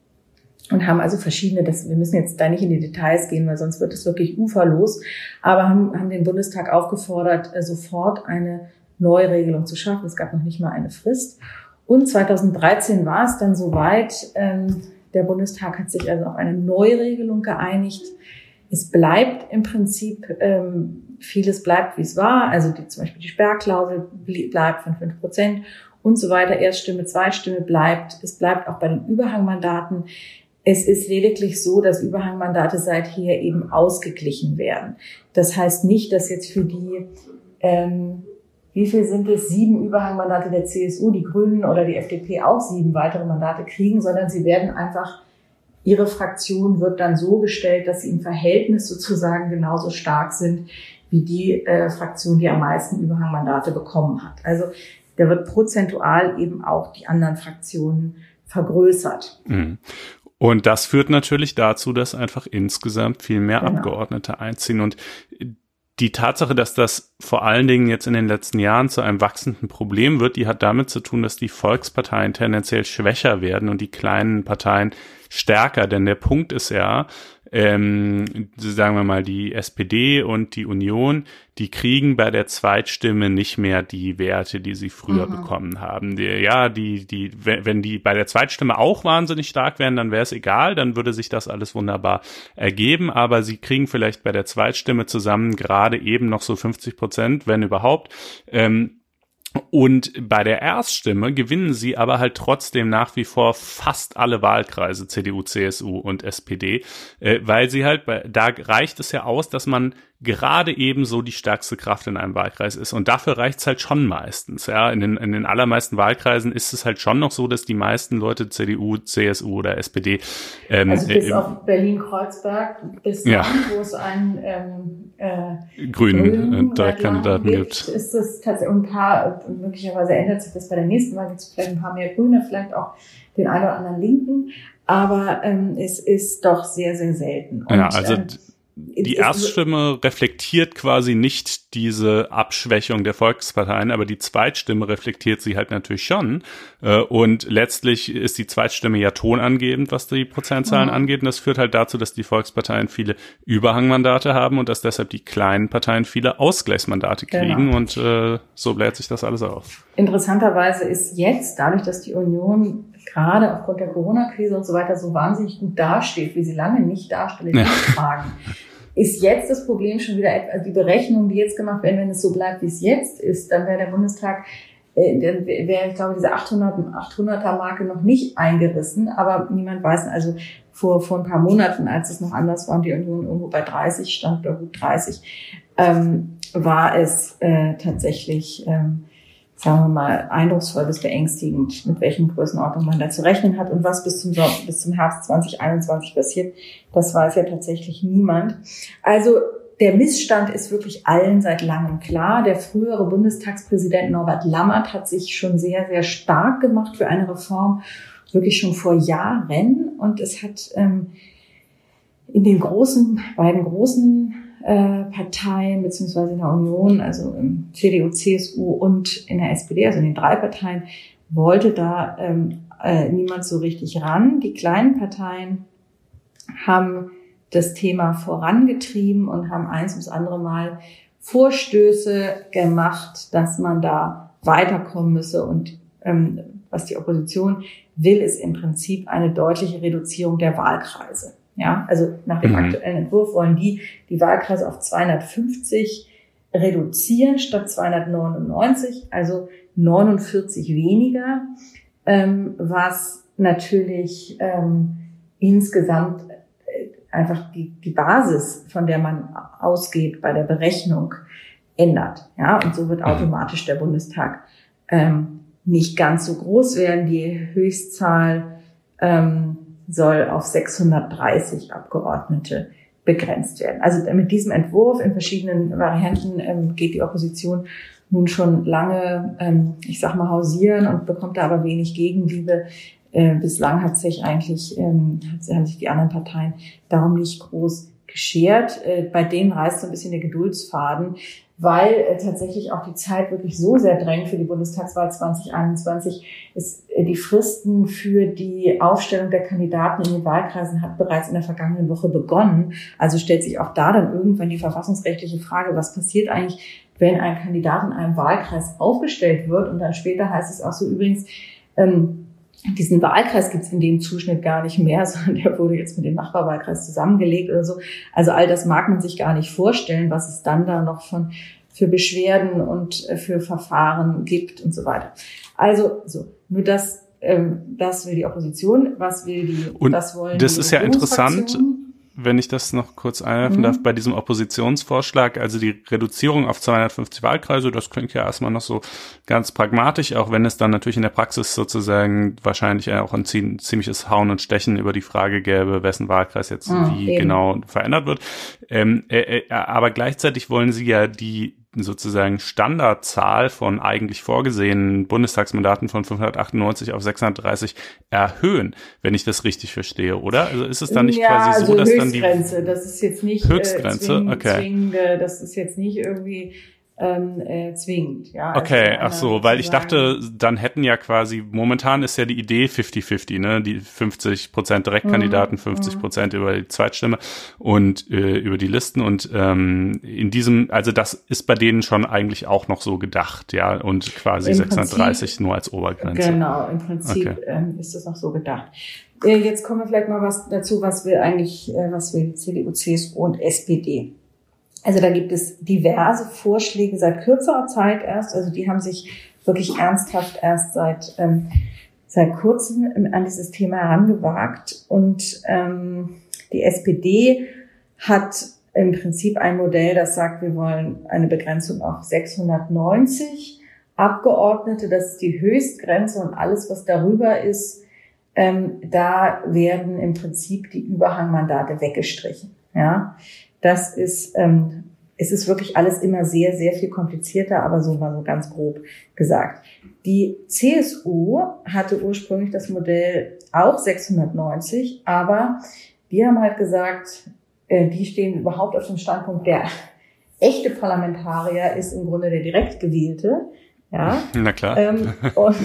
Und haben also verschiedene, das, wir müssen jetzt da nicht in die Details gehen, weil sonst wird es wirklich uferlos, aber haben, haben den Bundestag aufgefordert, sofort eine Neuregelung zu schaffen. Es gab noch nicht mal eine Frist. Und zweitausenddreizehn war es dann soweit. Ähm, der Bundestag hat sich also auf eine Neuregelung geeinigt. Es bleibt im Prinzip, ähm, vieles bleibt, wie es war. Also die, zum Beispiel die Sperrklausel bleibt von fünf Prozent und so weiter. Erststimme, Zweitstimme bleibt. Es bleibt auch bei den Überhangmandaten. Es ist lediglich so, dass Überhangmandate seither eben ausgeglichen werden. Das heißt nicht, dass jetzt für die, ähm, wie viel sind es, sieben Überhangmandate der C S U, die Grünen oder die F D P auch sieben weitere Mandate kriegen, sondern sie werden einfach, ihre Fraktion wird dann so gestellt, dass sie im Verhältnis sozusagen genauso stark sind wie die äh, Fraktion, die am meisten Überhangmandate bekommen hat. Also der wird prozentual eben auch die anderen Fraktionen vergrößert. Mhm. Und das führt natürlich dazu, dass einfach insgesamt viel mehr Genau. Abgeordnete einziehen. Und die Tatsache, dass das vor allen Dingen jetzt in den letzten Jahren zu einem wachsenden Problem wird, die hat damit zu tun, dass die Volksparteien tendenziell schwächer werden und die kleinen Parteien stärker. Denn der Punkt ist ja, ähm, sagen wir mal, die S P D und die Union, die kriegen bei der Zweitstimme nicht mehr die Werte, die sie früher mhm. bekommen haben. Die, ja, die, die, wenn die bei der Zweitstimme auch wahnsinnig stark wären, dann wäre es egal, dann würde sich das alles wunderbar ergeben, aber sie kriegen vielleicht bei der Zweitstimme zusammen gerade eben noch so fünfzig Prozent, wenn überhaupt, ähm, und bei der Erststimme gewinnen sie aber halt trotzdem nach wie vor fast alle Wahlkreise, C D U, C S U und S P D, äh, weil sie halt, da reicht es ja aus, dass man gerade eben so die stärkste Kraft in einem Wahlkreis ist. Und dafür reicht's halt schon meistens. Ja, in den, in den allermeisten Wahlkreisen ist es halt schon noch so, dass die meisten Leute C D U, C S U oder S P D ähm, also bis äh, auf Berlin-Kreuzberg, bis ja. dann, wo es einen ähm, äh, grünen grünen Direktkandidaten gibt, gibt, ist es tatsächlich ein paar, möglicherweise ändert sich das bei der nächsten Wahl, gibt es vielleicht ein paar mehr Grüne, vielleicht auch den einen oder anderen Linken, aber ähm, es ist doch sehr, sehr selten. Und, ja, also ähm, die Erststimme reflektiert quasi nicht diese Abschwächung der Volksparteien, aber die Zweitstimme reflektiert sie halt natürlich schon. Und letztlich ist die Zweitstimme ja tonangebend, was die Prozentzahlen mhm. angeht. Und das führt halt dazu, dass die Volksparteien viele Überhangmandate haben und dass deshalb die kleinen Parteien viele Ausgleichsmandate kriegen. Genau. Und äh, so bläht sich das alles auf. Interessanterweise ist jetzt, dadurch, dass die Union gerade aufgrund der Corona-Krise und so weiter so wahnsinnig gut dasteht, wie sie lange nicht dasteht in den Fragen, ist jetzt das Problem schon wieder, also die Berechnungen, die jetzt gemacht werden, wenn es so bleibt, wie es jetzt ist, dann wäre der Bundestag, äh, dann wäre, ich glaube, diese achthunderter-Marke noch nicht eingerissen, aber niemand weiß, also vor, vor ein paar Monaten, als es noch anders war und die Union irgendwo bei dreißig stand, oder gut dreißig, ähm, war es äh, tatsächlich, ähm, sagen wir mal, eindrucksvoll bis beängstigend, mit welchen Größenordnungen man da zu rechnen hat und was bis zum, bis zum Herbst zwanzig einundzwanzig passiert, das weiß ja tatsächlich niemand. Also der Missstand ist wirklich allen seit langem klar. Der frühere Bundestagspräsident Norbert Lammert hat sich schon sehr, sehr stark gemacht für eine Reform, wirklich schon vor Jahren. Und es hat ähm, in den großen, beiden großen Parteien beziehungsweise in der Union, also im C D U, C S U und in der S P D, also in den drei Parteien, wollte da ähm, äh, niemand so richtig ran. Die kleinen Parteien haben das Thema vorangetrieben und haben eins ums andere Mal Vorstöße gemacht, dass man da weiterkommen müsse. Und ähm, was die Opposition will, ist im Prinzip eine deutliche Reduzierung der Wahlkreise. Ja, also nach dem mhm. aktuellen Entwurf wollen die die Wahlkreise auf zweihundertfünfzig reduzieren statt zweihundertneunundneunzig, also neunundvierzig weniger, ähm, was natürlich ähm, insgesamt äh, einfach die, die Basis, von der man ausgeht bei der Berechnung, ändert. Ja, und so wird automatisch der Bundestag ähm, nicht ganz so groß werden. Die Höchstzahl ähm, soll auf sechshundertdreißig Abgeordnete begrenzt werden. Also mit diesem Entwurf in verschiedenen Varianten ähm, geht die Opposition nun schon lange, ähm, ich sag mal, hausieren und bekommt da aber wenig Gegenliebe. Äh, bislang hat sich eigentlich, ähm, haben sich die anderen Parteien darum nicht groß geschert. Äh, bei denen reißt so ein bisschen der Geduldsfaden, weil äh, tatsächlich auch die Zeit wirklich so sehr drängt für die Bundestagswahl zwanzig einundzwanzig. Ist, äh, die Fristen für die Aufstellung der Kandidaten in den Wahlkreisen hat bereits in der vergangenen Woche begonnen. Also stellt sich auch da dann irgendwann die verfassungsrechtliche Frage, was passiert eigentlich, wenn ein Kandidat in einem Wahlkreis aufgestellt wird und dann später heißt es auch so übrigens, ähm, diesen Wahlkreis gibt's in dem Zuschnitt gar nicht mehr, sondern der wurde jetzt mit dem Nachbarwahlkreis zusammengelegt oder so. Also all das mag man sich gar nicht vorstellen, was es dann da noch von für Beschwerden und für Verfahren gibt und so weiter. Also so, nur das, ähm, das will die Opposition, was will die, und das wollen das die ist ja interessant, wenn ich das noch kurz einwerfen mhm. darf, bei diesem Oppositionsvorschlag, also die Reduzierung auf zweihundertfünfzig Wahlkreise, das klingt ja erstmal noch so ganz pragmatisch, auch wenn es dann natürlich in der Praxis sozusagen wahrscheinlich auch ein ziemliches Hauen und Stechen über die Frage gäbe, wessen Wahlkreis jetzt mhm, wie eben. genau verändert wird. Ähm, äh, äh, aber gleichzeitig wollen sie ja die sozusagen Standardzahl von eigentlich vorgesehenen Bundestagsmandaten von fünfhundertachtundneunzig auf sechshundertdreißig erhöhen, wenn ich das richtig verstehe, oder? Also ist es dann nicht ja, quasi so, also dass dann die Höchstgrenze, das ist jetzt nicht Höchstgrenze, äh, zwingend, okay. zwingende, das ist jetzt nicht irgendwie ähm, äh, zwingend, ja. Okay, also ach so, weil ich dachte, dann hätten ja quasi, momentan ist ja die Idee fifty fifty, ne, die fünfzig Prozent Direktkandidaten, fünfzig Prozent über die Zweitstimme und äh, über die Listen und ähm, in diesem, also das ist bei denen schon eigentlich auch noch so gedacht, ja, und quasi Im sechshundertdreißig Prinzip, nur als Obergrenze. Genau, im Prinzip okay. ähm, ist das noch so gedacht. Äh, jetzt kommen wir vielleicht mal was dazu, was will eigentlich, äh, was will C D U, C S U und S P D. Also da gibt es diverse Vorschläge seit kürzerer Zeit erst. Also die haben sich wirklich ernsthaft erst seit ähm, seit kurzem an dieses Thema herangewagt. Und ähm, die S P D hat im Prinzip ein Modell, das sagt, wir wollen eine Begrenzung auf sechshundertneunzig Abgeordnete. Das ist die Höchstgrenze und alles, was darüber ist, ähm, da werden im Prinzip die Überhangmandate weggestrichen. Ja. Das ist, ähm, es ist wirklich alles immer sehr, sehr viel komplizierter, aber so mal so ganz grob gesagt. Die C S U hatte ursprünglich das Modell auch sechshundertneunzig, aber die haben halt gesagt, äh, die stehen überhaupt auf dem Standpunkt, der echte Parlamentarier ist im Grunde der direkt gewählte, ja. Na klar. Ähm, und,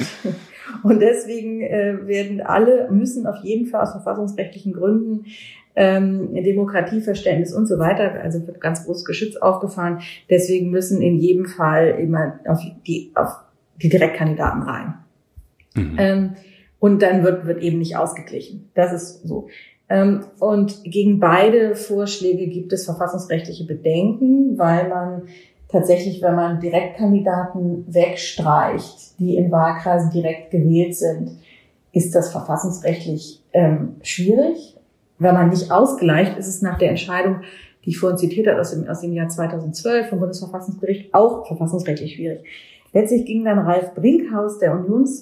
und deswegen äh, werden alle, müssen auf jeden Fall aus verfassungsrechtlichen Gründen Ähm, Demokratieverständnis und so weiter, also wird ganz großes Geschütz aufgefahren. Deswegen müssen in jedem Fall immer auf die, auf die Direktkandidaten rein. Mhm. Ähm, und dann wird, wird eben nicht ausgeglichen. Das ist so. Ähm, und gegen beide Vorschläge gibt es verfassungsrechtliche Bedenken, weil man tatsächlich, wenn man Direktkandidaten wegstreicht, die in Wahlkreisen direkt gewählt sind, ist das verfassungsrechtlich ähm, schwierig. Wenn man nicht ausgleicht, ist es nach der Entscheidung, die ich vorhin zitiert habe, aus dem, aus dem Jahr zweitausendzwölf vom Bundesverfassungsgericht, auch verfassungsrechtlich schwierig. Letztlich ging dann Ralf Brinkhaus, der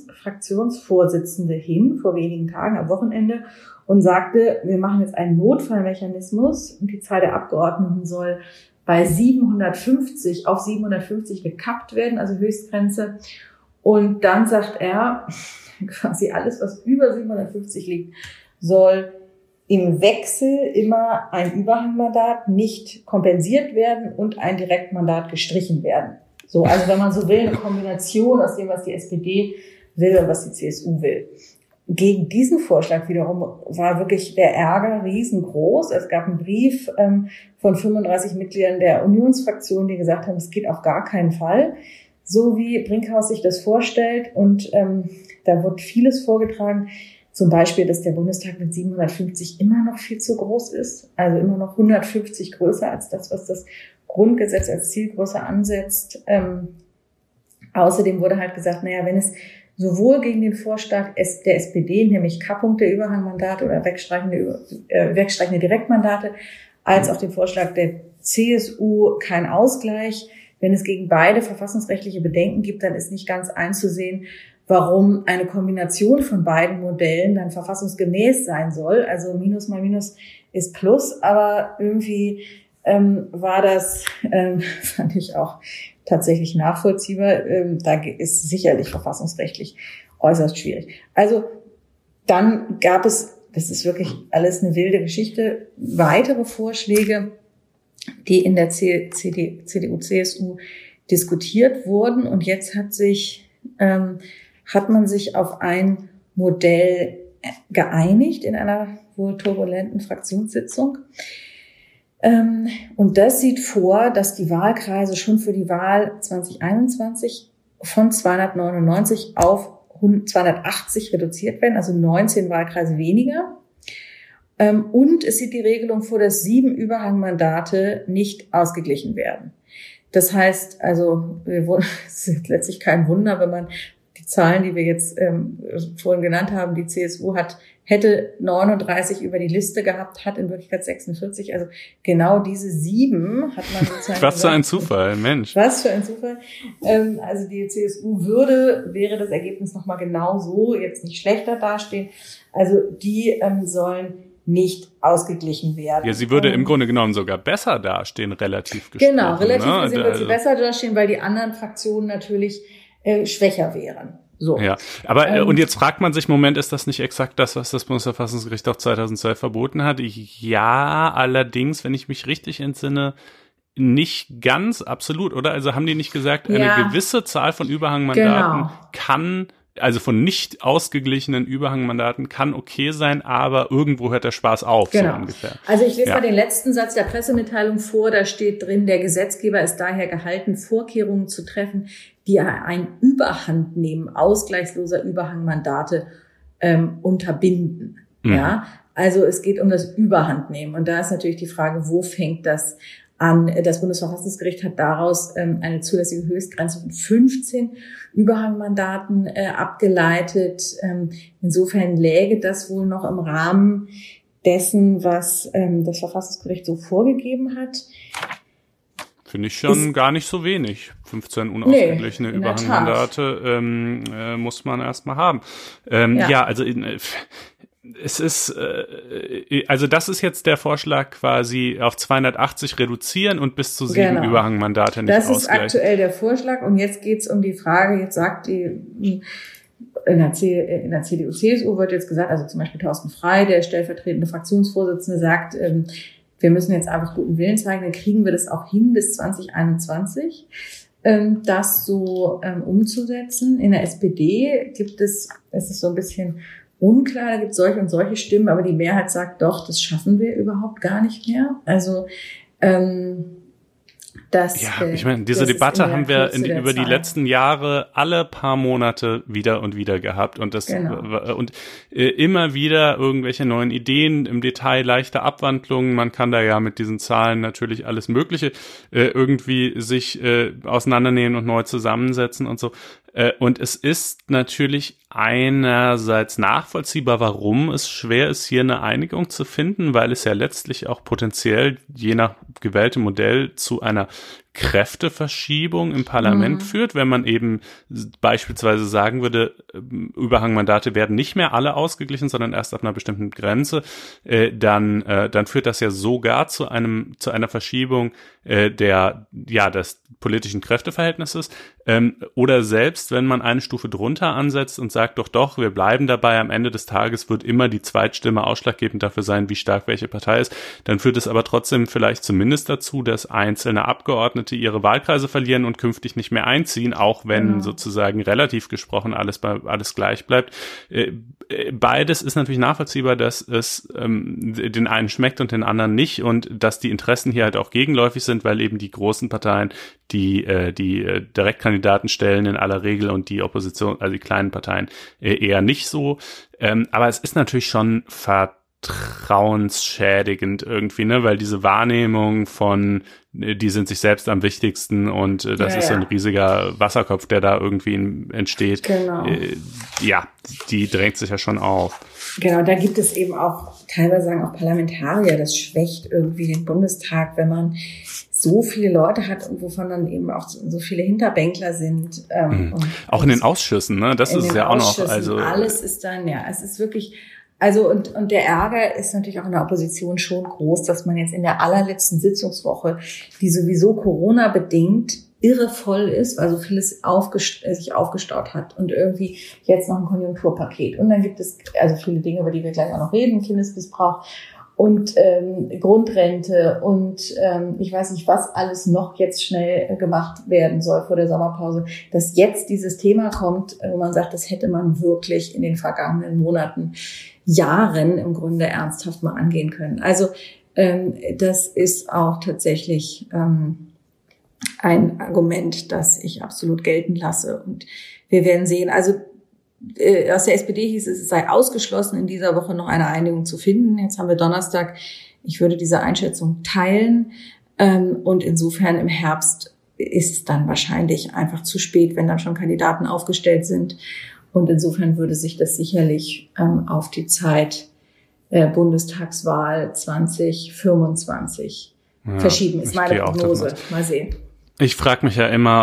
Unionsfraktionsvorsitzende, hin, vor wenigen Tagen am Wochenende, und sagte, wir machen jetzt einen Notfallmechanismus und die Zahl der Abgeordneten soll bei siebenhundertfünfzig auf siebenhundertfünfzig gekappt werden, also Höchstgrenze. Und dann sagt er, quasi alles, was über siebenhundertfünfzig liegt, soll im Wechsel immer ein Überhangmandat nicht kompensiert werden und ein Direktmandat gestrichen werden. So, also wenn man so will, eine Kombination aus dem, was die S P D will und was die C S U will. Gegen diesen Vorschlag wiederum war wirklich der Ärger riesengroß. Es gab einen Brief ähm, von fünfunddreißig Mitgliedern der Unionsfraktion, die gesagt haben, es geht auf gar keinen Fall, so wie Brinkhaus sich das vorstellt. Und ähm, da wird vieles vorgetragen. Zum Beispiel, dass der Bundestag mit siebenhundertfünfzig immer noch viel zu groß ist, also immer noch hundertfünfzig größer als das, was das Grundgesetz als Zielgröße ansetzt. Ähm, außerdem wurde halt gesagt, naja, wenn es sowohl gegen den Vorschlag der S P D, nämlich Kappung der Überhangmandate oder wegstreichende, äh, wegstreichende Direktmandate, als auch den Vorschlag der C S U kein Ausgleich. Wenn es gegen beide verfassungsrechtliche Bedenken gibt, dann ist nicht ganz einzusehen, warum eine Kombination von beiden Modellen dann verfassungsgemäß sein soll. Also Minus mal Minus ist Plus, aber irgendwie ähm, war das, ähm, fand ich auch tatsächlich nachvollziehbar. Ähm, da ist sicherlich verfassungsrechtlich äußerst schwierig. Also dann gab es, das ist wirklich alles eine wilde Geschichte, weitere Vorschläge, die in der C D U, C S U diskutiert wurden. Und jetzt hat sich ähm, hat man sich auf ein Modell geeinigt in einer wohl turbulenten Fraktionssitzung. Und das sieht vor, dass die Wahlkreise schon für die Wahl zwanzig einundzwanzig von zweihundertneunundneunzig auf zweihundertachtzig reduziert werden, also neunzehn Wahlkreise weniger. Und es sieht die Regelung vor, dass sieben Überhangmandate nicht ausgeglichen werden. Das heißt, also es ist letztlich kein Wunder, wenn man die Zahlen, die wir jetzt ähm, vorhin genannt haben, die C S U hat, hätte neununddreißig über die Liste gehabt, hat in Wirklichkeit sechsundvierzig. Also genau diese sieben hat man sozusagen. Was für ein Zufall, Mensch. Was für ein Zufall. Ähm, also die C S U würde, wäre das Ergebnis nochmal genau so, jetzt nicht schlechter dastehen. Also die ähm, sollen nicht ausgeglichen werden. Ja, sie würde um, im Grunde genommen sogar besser dastehen, relativ gesprochen. Genau, relativ ne? gesehen würde sie besser dastehen, weil die anderen Fraktionen natürlich äh, schwächer wären. So. Ja, aber ähm, und jetzt fragt man sich, Moment, ist das nicht exakt das, was das Bundesverfassungsgericht auch zweitausendzwölf verboten hat? Ja, allerdings, wenn ich mich richtig entsinne, nicht ganz absolut, oder? Also haben die nicht gesagt, eine ja, gewisse Zahl von Überhangmandaten genau. kann, also von nicht ausgeglichenen Überhangmandaten kann okay sein, aber irgendwo hört der Spaß auf, genau. so ungefähr. Also ich lese ja. mal den letzten Satz der Pressemitteilung vor, da steht drin, der Gesetzgeber ist daher gehalten, Vorkehrungen zu treffen, die ein Überhandnehmen ausgleichsloser Überhangmandate ähm, unterbinden. Mhm. Ja, also es geht um das Überhandnehmen und da ist natürlich die Frage, wo fängt das an? Das Bundesverfassungsgericht hat daraus ähm, eine zulässige Höchstgrenze von fünfzehn Überhangmandaten äh, abgeleitet. Ähm, insofern läge das wohl noch im Rahmen dessen, was ähm, das Verfassungsgericht so vorgegeben hat. Finde ich schon ist, gar nicht so wenig. fünfzehn unausgeglichene nee, Überhangmandate ähm, äh, muss man erstmal haben. Ähm, ja. ja, also in, äh, es ist, äh, also das ist jetzt der Vorschlag quasi auf zweihundertachtzig reduzieren und bis zu sieben genau. Überhangmandate nicht ausgleichen. Das ist aktuell der Vorschlag und jetzt geht's um die Frage, jetzt sagt die, in der, C, in der C D U C S U wird jetzt gesagt, also zum Beispiel Thorsten Frey, der stellvertretende Fraktionsvorsitzende, sagt, ähm, wir müssen jetzt einfach guten Willen zeigen, dann kriegen wir das auch hin bis zwanzig einundzwanzig, ähm, das so ähm, umzusetzen. In der S P D gibt es, es ist so ein bisschen unklar, da gibt es solche und solche Stimmen, aber die Mehrheit sagt doch, das schaffen wir überhaupt gar nicht mehr. Also ähm, das. Ja, ich meine, diese Debatte haben wir in, über die letzten Jahre alle paar Monate wieder und wieder gehabt und das genau. und äh, immer wieder irgendwelche neuen Ideen im Detail, leichte Abwandlungen. Man kann da ja mit diesen Zahlen natürlich alles Mögliche äh, irgendwie sich äh, auseinandernehmen und neu zusammensetzen und so. Äh, und es ist natürlich einerseits nachvollziehbar, warum es schwer ist, hier eine Einigung zu finden, weil es ja letztlich auch potenziell je nach gewähltem Modell zu einer Kräfteverschiebung im Parlament mhm. führt, wenn man eben beispielsweise sagen würde, Überhangmandate werden nicht mehr alle ausgeglichen, sondern erst ab einer bestimmten Grenze, äh, dann äh, dann führt das ja sogar zu einem zu einer Verschiebung äh, der ja des politischen Kräfteverhältnisses ähm, oder selbst wenn man eine Stufe drunter ansetzt und sagt, doch doch, wir bleiben dabei, am Ende des Tages wird immer die Zweitstimme ausschlaggebend dafür sein, wie stark welche Partei ist, dann führt es aber trotzdem vielleicht zumindest dazu, dass einzelne Abgeordnete ihre Wahlkreise verlieren und künftig nicht mehr einziehen, auch wenn genau. sozusagen relativ gesprochen alles bei, alles gleich bleibt. Äh, beides ist natürlich nachvollziehbar, dass es ähm, den einen schmeckt und den anderen nicht und dass die Interessen hier halt auch gegenläufig sind, weil eben die großen Parteien die äh, die äh, Direktkandidaten stellen in aller Regel und die Opposition, also die kleinen Parteien äh, eher nicht so. Ähm, aber es ist natürlich schon vertrauensschädigend irgendwie, ne, weil diese Wahrnehmung von, die sind sich selbst am wichtigsten und äh, das ja, ist so ein riesiger Wasserkopf, der da irgendwie entsteht. Genau. Äh, ja, die drängt sich ja schon auf. Genau, da gibt es eben auch, teilweise sagen auch Parlamentarier, das schwächt irgendwie den Bundestag, wenn man so viele Leute hat und wovon dann eben auch so viele Hinterbänkler sind. Ähm, mhm. und auch in den Ausschüssen, ne? Das ist es ja auch noch. Also alles ist dann, ja, es ist wirklich, also und und der Ärger ist natürlich auch in der Opposition schon groß, dass man jetzt in der allerletzten Sitzungswoche, die sowieso Corona-bedingt irre voll ist, weil so vieles aufgest- sich aufgestaut hat und irgendwie jetzt noch ein Konjunkturpaket. Und dann gibt es also viele Dinge, über die wir gleich auch noch reden, Kindesmissbrauch und ähm, Grundrente und ähm, ich weiß nicht, was alles noch jetzt schnell gemacht werden soll vor der Sommerpause, dass jetzt dieses Thema kommt, wo man sagt, das hätte man wirklich in den vergangenen Monaten, Jahren im Grunde ernsthaft mal angehen können. Also ähm, das ist auch tatsächlich ähm, ein Argument, das ich absolut gelten lasse. Und wir werden sehen, also äh, aus der S P D hieß es, es sei ausgeschlossen, in dieser Woche noch eine Einigung zu finden. Jetzt haben wir Donnerstag. Ich würde diese Einschätzung teilen. Ähm, und insofern im Herbst ist es dann wahrscheinlich einfach zu spät, wenn dann schon Kandidaten aufgestellt sind. Und insofern würde sich das sicherlich ähm, auf die Zeit äh, Bundestagswahl zwanzig fünfundzwanzig ja, verschieben, ist meine Prognose. Mal sehen. Ich frage mich ja immer,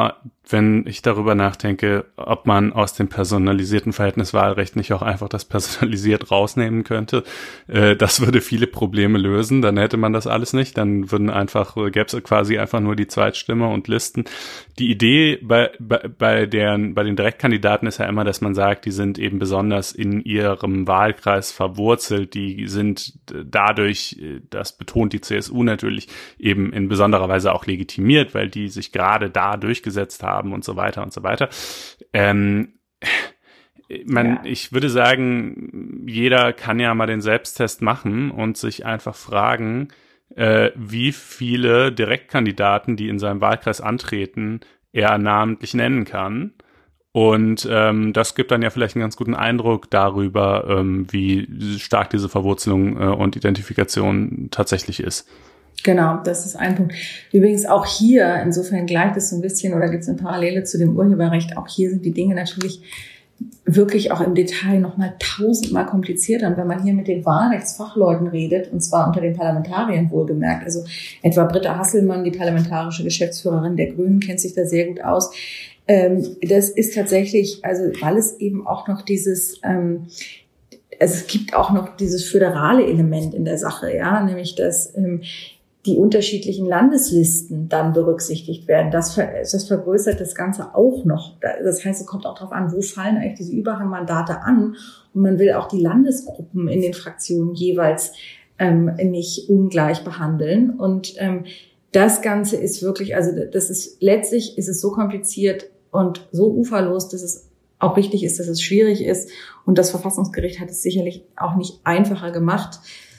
wenn ich darüber nachdenke, ob man aus dem personalisierten Verhältniswahlrecht nicht auch einfach das personalisiert rausnehmen könnte. Äh, das würde viele Probleme lösen. Dann hätte man das alles nicht. Dann würden einfach, gäbe es quasi einfach nur die Zweitstimme und Listen. Die Idee bei, bei, bei deren, bei den Direktkandidaten ist ja immer, dass man sagt, die sind eben besonders in ihrem Wahlkreis verwurzelt. Die sind dadurch, das betont die C S U natürlich, eben in besonderer Weise auch legitimiert, weil die sich gerade da durchgesetzt haben und so weiter und so weiter. Ähm, man, ja. Ich würde sagen, jeder kann ja mal den Selbsttest machen und sich einfach fragen, äh, wie viele Direktkandidaten, die in seinem Wahlkreis antreten, er namentlich nennen kann. Und ähm, das gibt dann ja vielleicht einen ganz guten Eindruck darüber, ähm, wie stark diese Verwurzelung äh, und Identifikation tatsächlich ist. Genau, das ist ein Punkt. Übrigens auch hier, insofern gleicht es so ein bisschen oder gibt es eine Parallele zu dem Urheberrecht, auch hier sind die Dinge natürlich wirklich auch im Detail nochmal tausendmal komplizierter. Und wenn man hier mit den Wahlrechtsfachleuten redet, und zwar unter den Parlamentariern wohlgemerkt, also etwa Britta Hasselmann, die parlamentarische Geschäftsführerin der Grünen, kennt sich da sehr gut aus. Ähm, das ist tatsächlich, also weil es eben auch noch dieses... Ähm, es gibt auch noch dieses föderale Element in der Sache, ja, nämlich dass ähm, die unterschiedlichen Landeslisten dann berücksichtigt werden. Das, ver- das vergrößert das Ganze auch noch. Das heißt, es kommt auch darauf an, wo fallen eigentlich diese Überhangmandate an. Und man will auch die Landesgruppen in den Fraktionen jeweils ähm, nicht ungleich behandeln. Und ähm, das Ganze ist wirklich, also das ist letztlich ist es so kompliziert und so uferlos, dass es auch richtig ist, dass es schwierig ist. Und das Verfassungsgericht hat es sicherlich auch nicht einfacher gemacht.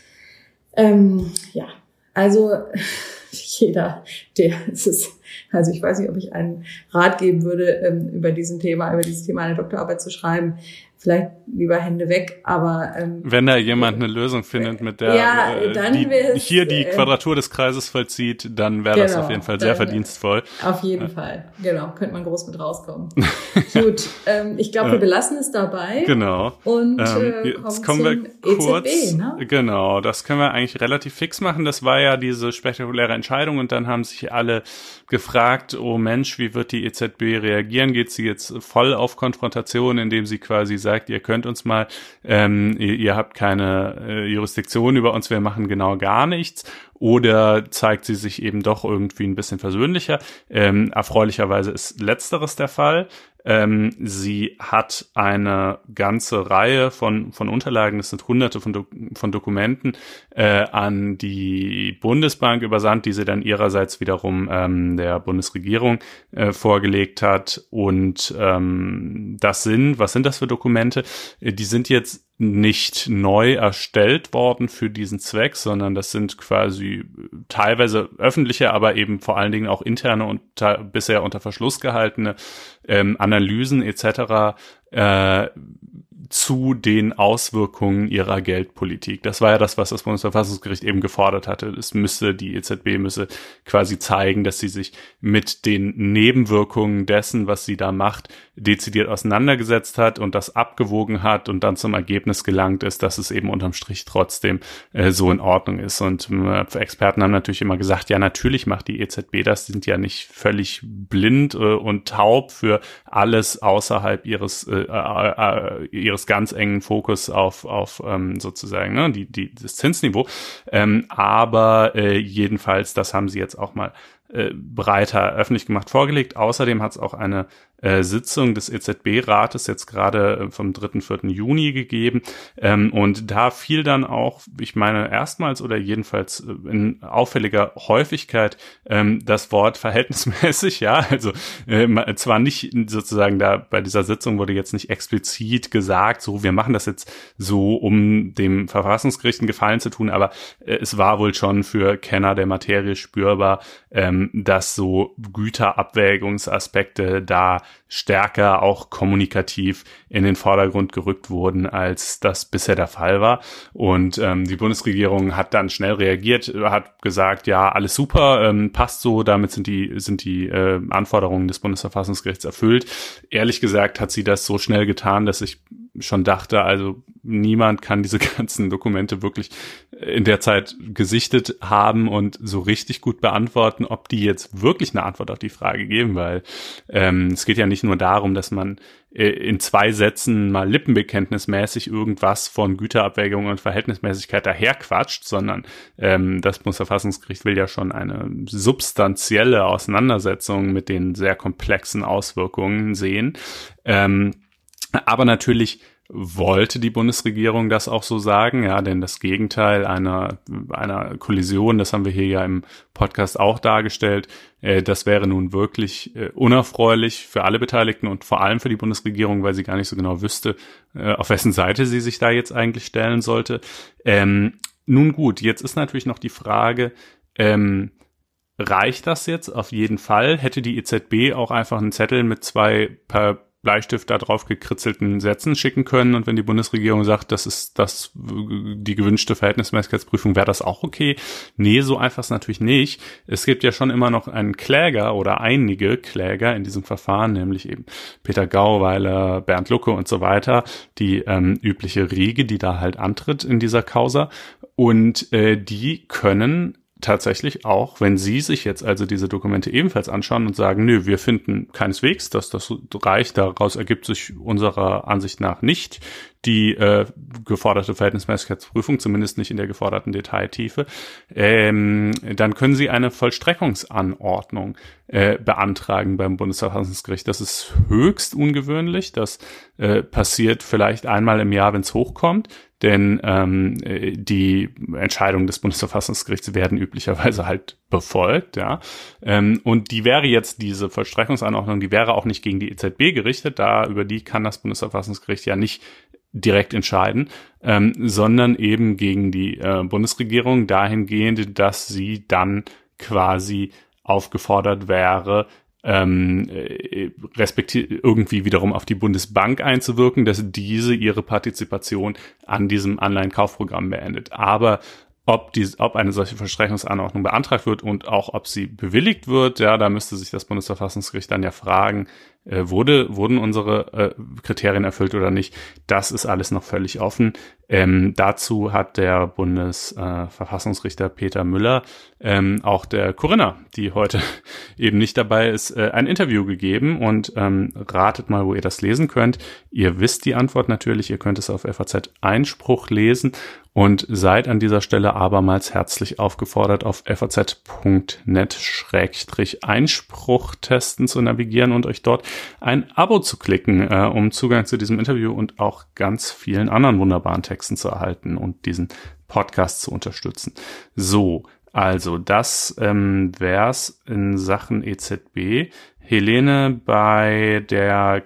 Ähm, ja. Also jeder, der es ist, also ich weiß nicht, ob ich einen Rat geben würde, ähm, über diesen Thema, über dieses Thema eine Doktorarbeit zu schreiben. Vielleicht lieber Hände weg, aber ähm, wenn da jemand eine Lösung findet, mit der ja, äh, dann die, hier die äh, Quadratur des Kreises vollzieht, dann wäre genau, das auf jeden Fall sehr dann, verdienstvoll. Auf jeden ja. Fall, genau, könnte man groß mit rauskommen. Gut, ähm, ich glaube, wir belassen es dabei. Genau. Und ähm, äh, jetzt kommen kommen wir kurz, E Z B, ne? Genau, das können wir eigentlich relativ fix machen. Das war ja diese spektakuläre Entscheidung und dann haben sich alle gefragt, oh Mensch, wie wird die E Z B reagieren? Geht sie jetzt voll auf Konfrontation, indem sie quasi sagt, ihr könnt uns mal, ähm, ihr, ihr habt keine äh, Jurisdiktion über uns, wir machen genau gar nichts. Oder zeigt sie sich eben doch irgendwie ein bisschen versöhnlicher? Ähm, erfreulicherweise ist Letzteres der Fall. Ähm, sie hat eine ganze Reihe von von Unterlagen, das sind hunderte von, Do- von Dokumenten, äh, an die Bundesbank übersandt, die sie dann ihrerseits wiederum ähm, der Bundesregierung äh, vorgelegt hat. Und ähm, das sind, was sind das für Dokumente? Die sind jetzt nicht neu erstellt worden für diesen Zweck, sondern das sind quasi teilweise öffentliche, aber eben vor allen Dingen auch interne und ta- bisher unter Verschluss gehaltene ähm, Analysen et cetera äh, zu den Auswirkungen ihrer Geldpolitik. Das war ja das, was das Bundesverfassungsgericht eben gefordert hatte. Es müsste, die E Z B müsse quasi zeigen, dass sie sich mit den Nebenwirkungen dessen, was sie da macht, dezidiert auseinandergesetzt hat und das abgewogen hat und dann zum Ergebnis gelangt ist, dass es eben unterm Strich trotzdem äh, so in Ordnung ist. Und äh, Experten haben natürlich immer gesagt, ja, natürlich macht die E Z B das, die sind ja nicht völlig blind äh, und taub für alles außerhalb ihres äh, äh, äh, ihres ganz engen Fokus auf auf ähm, sozusagen ne, die die das Zinsniveau. Ähm, aber äh, jedenfalls, das haben sie jetzt auch mal äh, breiter öffentlich gemacht vorgelegt. Außerdem hat es auch eine äh, Sitzung des E Z B-Rates jetzt gerade äh, vom dritten, vierten Juni gegeben. Ähm, und da fiel dann auch, ich meine, erstmals oder jedenfalls in auffälliger Häufigkeit ähm, das Wort verhältnismäßig, ja, also äh, zwar nicht sozusagen da bei dieser Sitzung wurde jetzt nicht explizit gesagt, so, wir machen das jetzt so, um dem Verfassungsgericht einen Gefallen zu tun, aber äh, es war wohl schon für Kenner der Materie spürbar, ähm, dass so Güterabwägungsaspekte da stärker auch kommunikativ in den Vordergrund gerückt wurden, als das bisher der Fall war. Und ähm, die Bundesregierung hat dann schnell reagiert, hat gesagt, ja, alles super, ähm, passt so, damit sind die sind die äh, Anforderungen des Bundesverfassungsgerichts erfüllt. Ehrlich gesagt hat sie das so schnell getan, dass ich schon dachte, also niemand kann diese ganzen Dokumente wirklich in der Zeit gesichtet haben und so richtig gut beantworten, ob die jetzt wirklich eine Antwort auf die Frage geben, weil ähm, es geht ja nicht nur darum, dass man äh, in zwei Sätzen mal lippenbekenntnismäßig irgendwas von Güterabwägung und Verhältnismäßigkeit daherquatscht, sondern ähm, das Bundesverfassungsgericht will ja schon eine substanzielle Auseinandersetzung mit den sehr komplexen Auswirkungen sehen. Ähm, aber natürlich wollte die Bundesregierung das auch so sagen, ja, denn das Gegenteil einer einer Kollision, das haben wir hier ja im Podcast auch dargestellt, äh, das wäre nun wirklich äh, unerfreulich für alle Beteiligten und vor allem für die Bundesregierung, weil sie gar nicht so genau wüsste, äh, auf wessen Seite sie sich da jetzt eigentlich stellen sollte. Ähm, nun gut, jetzt ist natürlich noch die Frage, ähm, reicht das jetzt? Auf jeden Fall. Hätte die E Z B auch einfach einen Zettel mit zwei per Bleistift da drauf gekritzelten Sätzen schicken können und wenn die Bundesregierung sagt, das ist das die gewünschte Verhältnismäßigkeitsprüfung, wäre das auch okay? Nee, so einfach ist natürlich nicht. Es gibt ja schon immer noch einen Kläger oder einige Kläger in diesem Verfahren, nämlich eben Peter Gauweiler, Bernd Lucke und so weiter, die ähm, übliche Riege, die da halt antritt in dieser Causa und äh, die können tatsächlich auch, wenn Sie sich jetzt also diese Dokumente ebenfalls anschauen und sagen, nö, wir finden keineswegs, dass das reicht, daraus ergibt sich unserer Ansicht nach nicht die äh, geforderte Verhältnismäßigkeitsprüfung, zumindest nicht in der geforderten Detailtiefe, ähm, dann können Sie eine Vollstreckungsanordnung äh, beantragen beim Bundesverfassungsgericht. Das ist höchst ungewöhnlich. Das äh, passiert vielleicht einmal im Jahr, wenn es hochkommt, denn ähm, die Entscheidungen des Bundesverfassungsgerichts werden üblicherweise halt befolgt, ja. Ähm, und die wäre jetzt, diese Vollstreckungsanordnung, die wäre auch nicht gegen die E Z B gerichtet, da über die kann das Bundesverfassungsgericht ja nicht direkt entscheiden, ähm, sondern eben gegen die äh, Bundesregierung dahingehend, dass sie dann quasi aufgefordert wäre, ähm, respektive irgendwie wiederum auf die Bundesbank einzuwirken, dass diese ihre Partizipation an diesem Anleihenkaufprogramm beendet. Aber ob die, ob eine solche Vollstreckungsanordnung beantragt wird und auch ob sie bewilligt wird, ja, da müsste sich das Bundesverfassungsgericht dann ja fragen, äh, wurde, wurden unsere äh, Kriterien erfüllt oder nicht. Das ist alles noch völlig offen. Ähm, dazu hat der Bundesverfassungsrichter äh, Peter Müller, ähm, auch der Corinna, die heute eben nicht dabei ist, äh, ein Interview gegeben und ähm, ratet mal, wo ihr das lesen könnt. Ihr wisst die Antwort natürlich, ihr könnt es auf F A Z Einspruch lesen und seid an dieser Stelle abermals herzlich aufgefordert, auf f a z punkt net Schrägstrich Einspruch testen zu navigieren und euch dort ein Abo zu klicken, äh, um Zugang zu diesem Interview und auch ganz vielen anderen wunderbaren Texten zu erhalten und diesen Podcast zu unterstützen. So, also das ähm, wär's in Sachen E Z B. Helene, bei der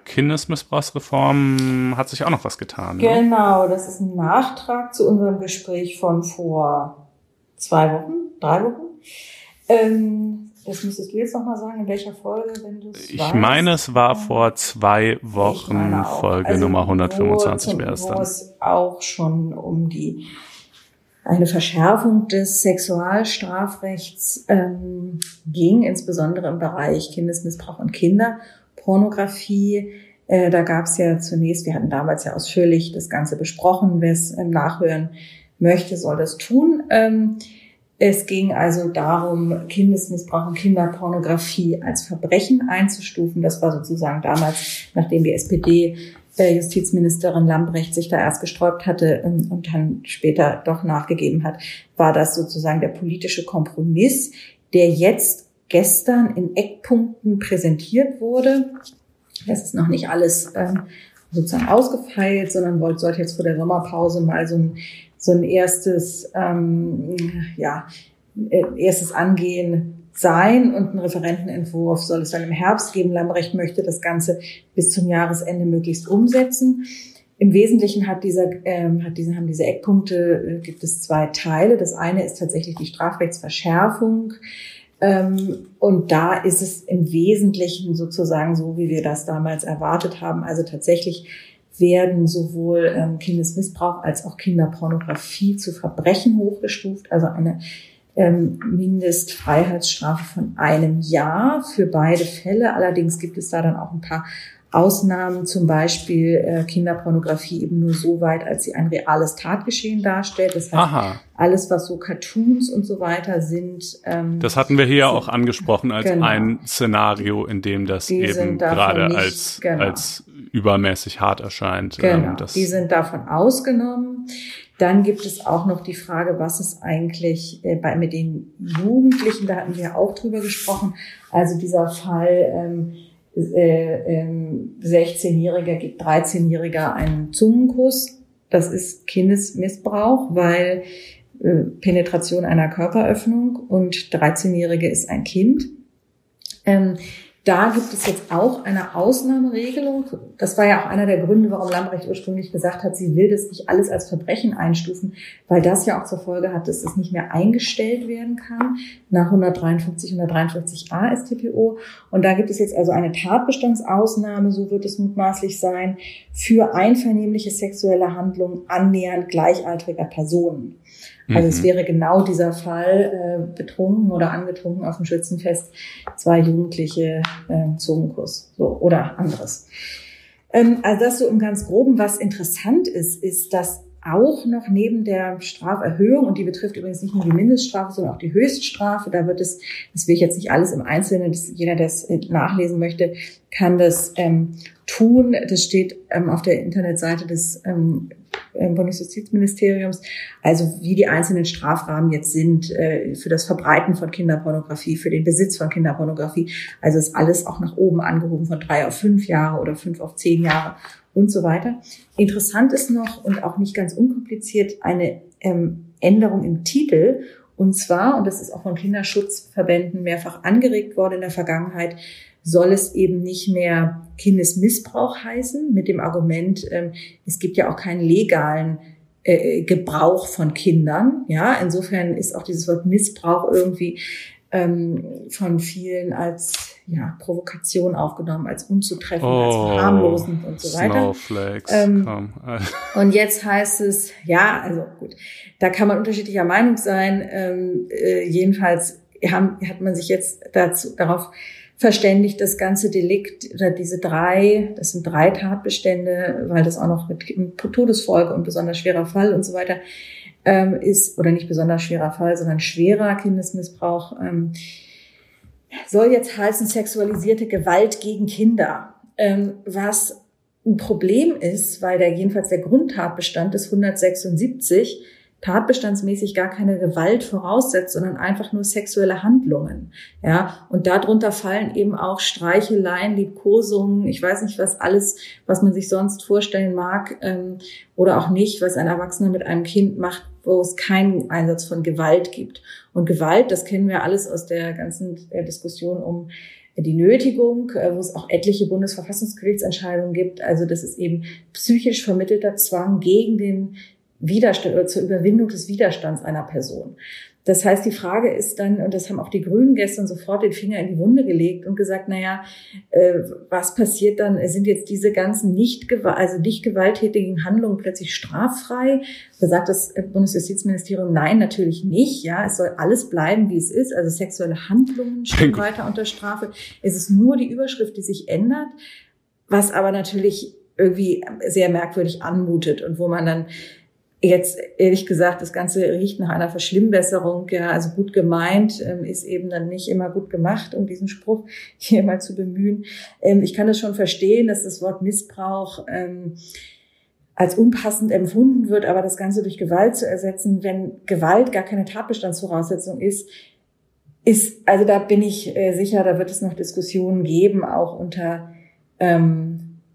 Kindesmissbrauchsreform hat sich auch noch was getan. Ne? Genau, das ist ein Nachtrag zu unserem Gespräch von vor zwei Wochen, drei Wochen. Ähm, das müsstest du jetzt nochmal sagen, in welcher Folge, wenn du es Ich weißt. meine, es war vor zwei Wochen, Folge also, Nummer hundertfünfundzwanzig wäre es wo dann. Wo es auch schon um die eine Verschärfung des Sexualstrafrechts ähm, ging, insbesondere im Bereich Kindesmissbrauch und Kinderpornografie. Äh, da gab es ja zunächst, wir hatten damals ja ausführlich das Ganze besprochen, wer es ähm, nachhören möchte, soll das tun. Ähm, es ging also darum, Kindesmissbrauch und Kinderpornografie als Verbrechen einzustufen. Das war sozusagen damals, nachdem die S P D Justizministerin Lambrecht sich da erst gesträubt hatte und dann später doch nachgegeben hat, war das sozusagen der politische Kompromiss, der jetzt gestern in Eckpunkten präsentiert wurde. Das ist noch nicht alles ähm, sozusagen ausgefeilt, sondern sollte jetzt vor der Sommerpause mal so ein, so ein erstes, ähm, ja, erstes Angehen sein und einen Referentenentwurf soll es dann im Herbst geben. Lambrecht möchte das Ganze bis zum Jahresende möglichst umsetzen. Im Wesentlichen hat dieser, ähm, hat diese, haben diese Eckpunkte, äh, gibt es zwei Teile. Das eine ist tatsächlich die Strafrechtsverschärfung. Ähm, und da ist es im Wesentlichen sozusagen so, wie wir das damals erwartet haben. Also tatsächlich werden sowohl ähm, Kindesmissbrauch als auch Kinderpornografie zu Verbrechen hochgestuft. Also eine Ähm, Mindestfreiheitsstrafe von einem Jahr für beide Fälle. Allerdings gibt es da dann auch ein paar Ausnahmen, zum Beispiel äh, Kinderpornografie eben nur so weit, als sie ein reales Tatgeschehen darstellt. Das heißt, Aha. alles, was so Cartoons und so weiter sind. Ähm, das hatten wir hier ja auch angesprochen als genau. ein Szenario, in dem das die eben gerade nicht, als, genau. als übermäßig hart erscheint. Genau, ähm, das die sind davon ausgenommen. Dann gibt es auch noch die Frage, was ist eigentlich äh, bei mit den Jugendlichen, da hatten wir auch drüber gesprochen, also dieser Fall, ähm, Äh, ähm, sechzehnjähriger gibt dreizehnjähriger einen Zungenkuss. Das ist Kindesmissbrauch, weil äh, Penetration einer Körperöffnung und dreizehnjährige ist ein Kind. Ähm, da gibt es jetzt auch eine Ausnahmeregelung. Das war ja auch einer der Gründe, warum Lambrecht ursprünglich gesagt hat, sie will das nicht alles als Verbrechen einstufen, weil das ja auch zur Folge hat, dass es nicht mehr eingestellt werden kann nach hundertdreiundfünfzig, hundertdreiundfünfzig a S t p o. Und da gibt es jetzt also eine Tatbestandsausnahme, so wird es mutmaßlich sein, für einvernehmliche sexuelle Handlungen annähernd gleichaltriger Personen. Also es wäre genau dieser Fall, äh, betrunken oder angetrunken auf dem Schützenfest, zwei Jugendliche, äh, Zungenkuss, so, oder anderes. Ähm, also das so im ganz Groben. Was interessant ist, ist, dass auch noch neben der Straferhöhung, und die betrifft übrigens nicht nur die Mindeststrafe, sondern auch die Höchststrafe, da wird es, das will ich jetzt nicht alles im Einzelnen, das, jeder, der es nachlesen möchte, kann das ähm, tun. Das steht ähm, auf der Internetseite des ähm, Bundesjustizministeriums, also wie die einzelnen Strafrahmen jetzt sind äh, für das Verbreiten von Kinderpornografie, für den Besitz von Kinderpornografie. Also ist alles auch nach oben angehoben von drei auf fünf Jahre oder fünf auf zehn Jahre und so weiter. Interessant ist noch und auch nicht ganz unkompliziert eine ähm, Änderung im Titel. Und zwar, und das ist auch von Kinderschutzverbänden mehrfach angeregt worden in der Vergangenheit, soll es eben nicht mehr Kindesmissbrauch heißen, mit dem Argument, ähm, es gibt ja auch keinen legalen äh, Gebrauch von Kindern. Ja, insofern ist auch dieses Wort Missbrauch irgendwie ähm, von vielen als ja Provokation aufgenommen, als unzutreffend, oh, als verharmlosend und so weiter. Snowflakes, ähm, komm. Und jetzt heißt es, ja, also gut, da kann man unterschiedlicher Meinung sein. Ähm, äh, jedenfalls haben, hat man sich jetzt dazu darauf verständigt, das ganze Delikt oder diese drei, das sind drei Tatbestände, weil das auch noch mit Todesfolge und besonders schwerer Fall und so weiter ähm, ist, oder nicht besonders schwerer Fall, sondern schwerer Kindesmissbrauch, ähm, soll jetzt heißen sexualisierte Gewalt gegen Kinder, ähm, was ein Problem ist, weil der jedenfalls der Grundtatbestand ist hundertsechsundsiebzig, tatbestandsmäßig gar keine Gewalt voraussetzt, sondern einfach nur sexuelle Handlungen. Ja, und darunter fallen eben auch Streicheleien, Liebkosungen, ich weiß nicht was alles, was man sich sonst vorstellen mag, ähm, oder auch nicht, was ein Erwachsener mit einem Kind macht, wo es keinen Einsatz von Gewalt gibt. Und Gewalt, das kennen wir alles aus der ganzen äh, Diskussion um die Nötigung, äh, wo es auch etliche Bundesverfassungsgerichtsentscheidungen gibt. Also das ist eben psychisch vermittelter Zwang gegen den Widerstand oder zur Überwindung des Widerstands einer Person. Das heißt, die Frage ist dann, und das haben auch die Grünen gestern sofort den Finger in die Wunde gelegt und gesagt, naja, äh, was passiert dann? Sind jetzt diese ganzen nicht, also nicht gewalttätigen Handlungen plötzlich straffrei? Da sagt das Bundesjustizministerium, nein, natürlich nicht. Ja, es soll alles bleiben, wie es ist. Also sexuelle Handlungen stehen weiter unter Strafe. Es ist nur die Überschrift, die sich ändert, was aber natürlich irgendwie sehr merkwürdig anmutet und wo man dann jetzt, ehrlich gesagt, das Ganze riecht nach einer Verschlimmbesserung, ja, also gut gemeint, ähm, ist eben dann nicht immer gut gemacht, um diesen Spruch hier mal zu bemühen. Ähm, ich kann das schon verstehen, dass das Wort Missbrauch ähm, als unpassend empfunden wird, aber das Ganze durch Gewalt zu ersetzen, wenn Gewalt gar keine Tatbestandsvoraussetzung ist, ist, also da bin ich äh, sicher, da wird es noch Diskussionen geben, auch unter ähm,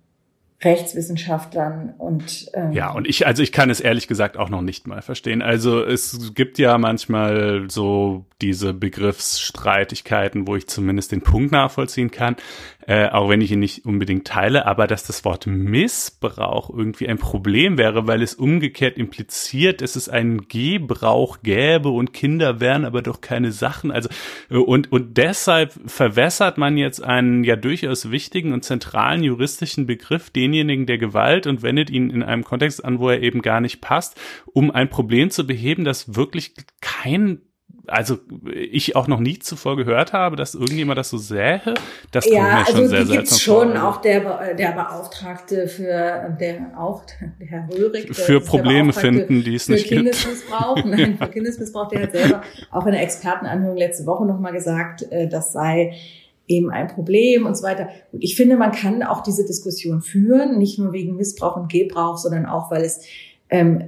Rechtswissenschaftlern und ähm ja, und ich, also ich kann es ehrlich gesagt auch noch nicht mal verstehen. Also es gibt ja manchmal so diese Begriffsstreitigkeiten, wo ich zumindest den Punkt nachvollziehen kann, äh, auch wenn ich ihn nicht unbedingt teile, aber dass das Wort Missbrauch irgendwie ein Problem wäre, weil es umgekehrt impliziert, dass es einen Gebrauch gäbe und Kinder wären aber doch keine Sachen. Also und und deshalb verwässert man jetzt einen ja durchaus wichtigen und zentralen juristischen Begriff, denjenigen der Gewalt, und wendet ihn in einem Kontext an, wo er eben gar nicht passt, um ein Problem zu beheben, das wirklich kein also ich auch noch nie zuvor gehört habe, dass irgendjemand das so sähe. Das kommt ja, mir also schon sehr die gibt's seltsam schon, vor. auch der, der Beauftragte für, der auch, der Herr Röhrig. Für Probleme finden, die es nicht gibt. Für Kindesmissbrauch, nein, für Kindesmissbrauch, der hat selber auch in der Expertenanhörung letzte Woche nochmal gesagt, das sei eben ein Problem und so weiter. Und ich finde, man kann auch diese Diskussion führen, nicht nur wegen Missbrauch und Gebrauch, sondern auch, weil es, ähm,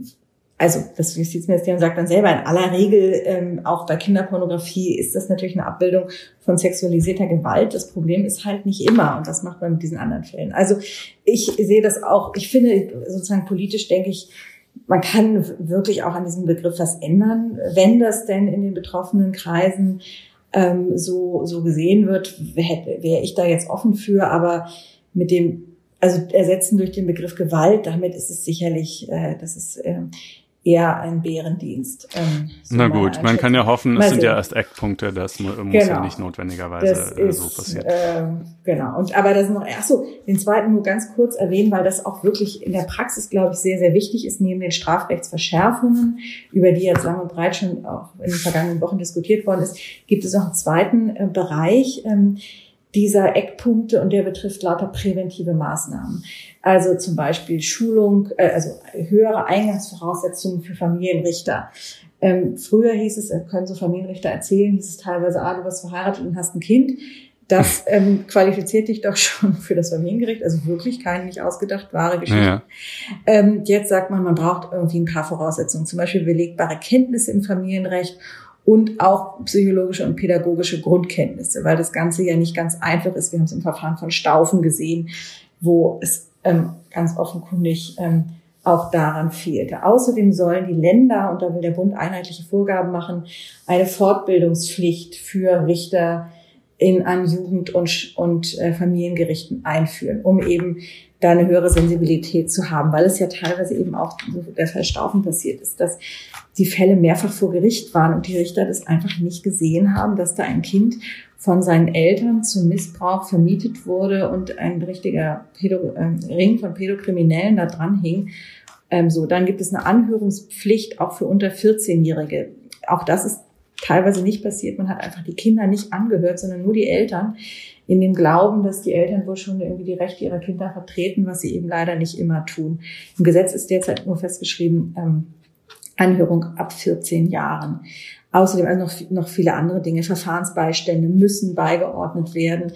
also das Justizministerium sagt dann selber, in aller Regel, ähm, auch bei Kinderpornografie ist das natürlich eine Abbildung von sexualisierter Gewalt. Das Problem ist halt nicht immer, und das macht man mit diesen anderen Fällen. Also ich sehe das auch, ich finde sozusagen politisch, denke ich, man kann wirklich auch an diesem Begriff was ändern, wenn das denn in den betroffenen Kreisen ähm, so so gesehen wird, wäre wär ich da jetzt offen für, aber mit dem, also ersetzen durch den Begriff Gewalt, damit ist es sicherlich, äh, das ist äh, eher ein Bärendienst. Ähm, so Na gut, man kann ja hoffen, es sind ja erst Eckpunkte, das muss genau. ja nicht notwendigerweise das ist, so passieren. Äh, genau, und aber das noch, ach so, den zweiten nur ganz kurz erwähnen, weil das auch wirklich in der Praxis, glaube ich, sehr, sehr wichtig ist, neben den Strafrechtsverschärfungen, über die jetzt lang und breit schon auch in den vergangenen Wochen diskutiert worden ist, gibt es noch einen zweiten äh, Bereich, ähm, dieser Eckpunkte, und der betrifft lauter präventive Maßnahmen. Also zum Beispiel Schulung, äh, also höhere Eingangsvoraussetzungen für Familienrichter. Ähm, früher hieß es, können so Familienrichter erzählen, hieß es teilweise, ah, du bist verheiratet und hast ein Kind. Das ähm, qualifiziert dich doch schon für das Familiengericht. Also wirklich keine nicht ausgedacht, wahre Geschichte. Ja. Ähm, jetzt sagt man, man braucht irgendwie ein paar Voraussetzungen. Zum Beispiel belegbare Kenntnisse im Familienrecht und auch psychologische und pädagogische Grundkenntnisse, weil das Ganze ja nicht ganz einfach ist. Wir haben es im Verfahren von Staufen gesehen, wo es ähm, ganz offenkundig ähm, auch daran fehlte. Außerdem sollen die Länder, und da will der Bund einheitliche Vorgaben machen, eine Fortbildungspflicht für Richter in an Jugend- und, und äh, Familiengerichten einführen, um eben da eine höhere Sensibilität zu haben, weil es ja teilweise eben auch der Fall Staufen passiert ist, dass die Fälle mehrfach vor Gericht waren und die Richter das einfach nicht gesehen haben, dass da ein Kind von seinen Eltern zum Missbrauch vermietet wurde und ein richtiger Pädo, äh, Ring von Pädokriminellen da dran hing. Ähm, so, dann gibt es eine Anhörungspflicht auch für unter vierzehnjährige. Auch das ist teilweise nicht passiert. Man hat einfach die Kinder nicht angehört, sondern nur die Eltern, in dem Glauben, dass die Eltern wohl schon irgendwie die Rechte ihrer Kinder vertreten, was sie eben leider nicht immer tun. Im Gesetz ist derzeit nur festgeschrieben, ähm, Anhörung ab vierzehn Jahren. Außerdem also noch, noch viele andere Dinge. Verfahrensbeistände müssen beigeordnet werden,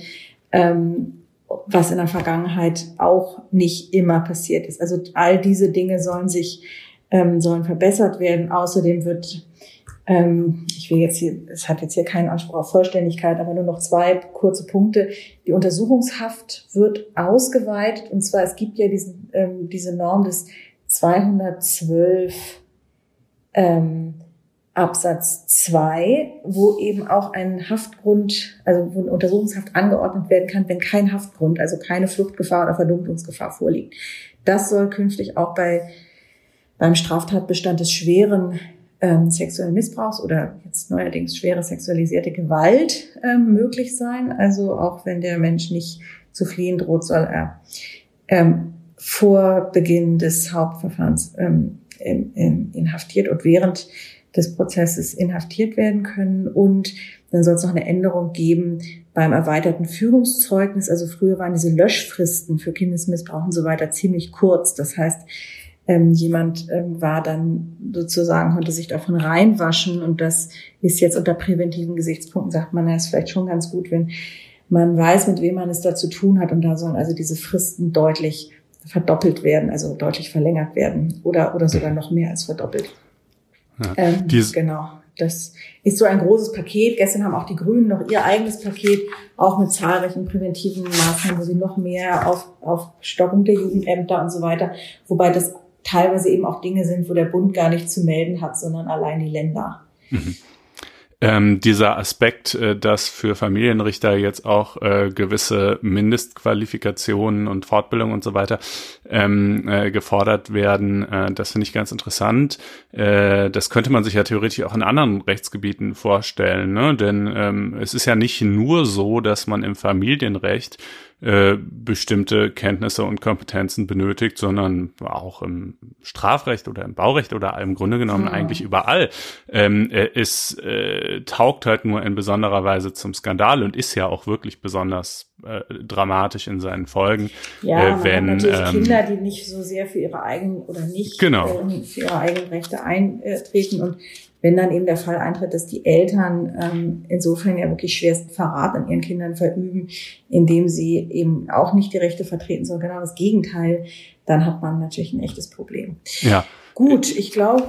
ähm, was in der Vergangenheit auch nicht immer passiert ist. Also all diese Dinge sollen sich, ähm, sollen verbessert werden. Außerdem wird, ähm, ich will jetzt hier, es hat jetzt hier keinen Anspruch auf Vollständigkeit, aber nur noch zwei kurze Punkte. Die Untersuchungshaft wird ausgeweitet. Und zwar, es gibt ja diesen, ähm, diese Norm des zweihundertzwölf Ähm, Absatz zwei, wo eben auch ein Haftgrund, also wo eine Untersuchungshaft angeordnet werden kann, wenn kein Haftgrund, also keine Fluchtgefahr oder Verdunklungsgefahr vorliegt. Das soll künftig auch bei beim Straftatbestand des schweren ähm, sexuellen Missbrauchs oder jetzt neuerdings schwere sexualisierte Gewalt ähm, möglich sein. Also auch wenn der Mensch nicht zu fliehen droht, soll er ähm, vor Beginn des Hauptverfahrens ähm, inhaftiert und während des Prozesses inhaftiert werden können. Und dann soll es noch eine Änderung geben beim erweiterten Führungszeugnis. Also früher waren diese Löschfristen für Kindesmissbrauch und so weiter ziemlich kurz. Das heißt, ähm, jemand ähm, war dann sozusagen, konnte sich davon reinwaschen. Und das ist jetzt unter präventiven Gesichtspunkten, sagt man, ja, ist vielleicht schon ganz gut, wenn man weiß, mit wem man es da zu tun hat. Und da sollen also diese Fristen deutlich verdoppelt werden, also deutlich verlängert werden oder oder sogar noch mehr als verdoppelt. Ja, ähm, genau, das ist so ein großes Paket. Gestern haben auch die Grünen noch ihr eigenes Paket, auch mit zahlreichen präventiven Maßnahmen, wo sie noch mehr auf auf Stockung der Jugendämter und so weiter, wobei das teilweise eben auch Dinge sind, wo der Bund gar nicht zu melden hat, sondern allein die Länder. Mhm. Ähm, dieser Aspekt, äh, dass für Familienrichter jetzt auch äh, gewisse Mindestqualifikationen und Fortbildung und so weiter ähm, äh, gefordert werden, äh, das finde ich ganz interessant. Äh, das könnte man sich ja theoretisch auch in anderen Rechtsgebieten vorstellen, ne? Denn ähm, es ist ja nicht nur so, dass man im Familienrecht äh, bestimmte Kenntnisse und Kompetenzen benötigt, sondern auch im Strafrecht oder im Baurecht oder im Grunde genommen ja. eigentlich überall. Ähm, es äh, taugt halt nur in besonderer Weise zum Skandal und ist ja auch wirklich besonders äh, dramatisch in seinen Folgen. Ja, äh, man wenn hat natürlich ähm, Kinder, die nicht so sehr für ihre eigenen oder nicht genau. äh, für ihre eigenen Rechte eintreten und wenn dann eben der Fall eintritt, dass die Eltern ähm, insofern ja wirklich schwersten Verrat an ihren Kindern verüben, indem sie eben auch nicht die Rechte vertreten, sondern genau das Gegenteil, dann hat man natürlich ein echtes Problem. Ja. Gut, ich glaube,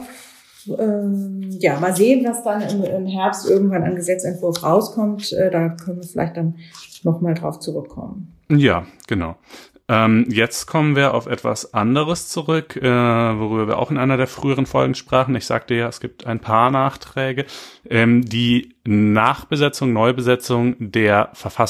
ähm, ja, mal sehen, was dann im, im Herbst irgendwann an Gesetzentwurf rauskommt. Äh, da können wir vielleicht dann nochmal drauf zurückkommen. Ja, genau. Ähm, jetzt kommen wir auf etwas anderes zurück, äh, worüber wir auch in einer der früheren Folgen sprachen. Ich sagte ja, es gibt ein paar Nachträge. Ähm, die Nachbesetzung, Neubesetzung der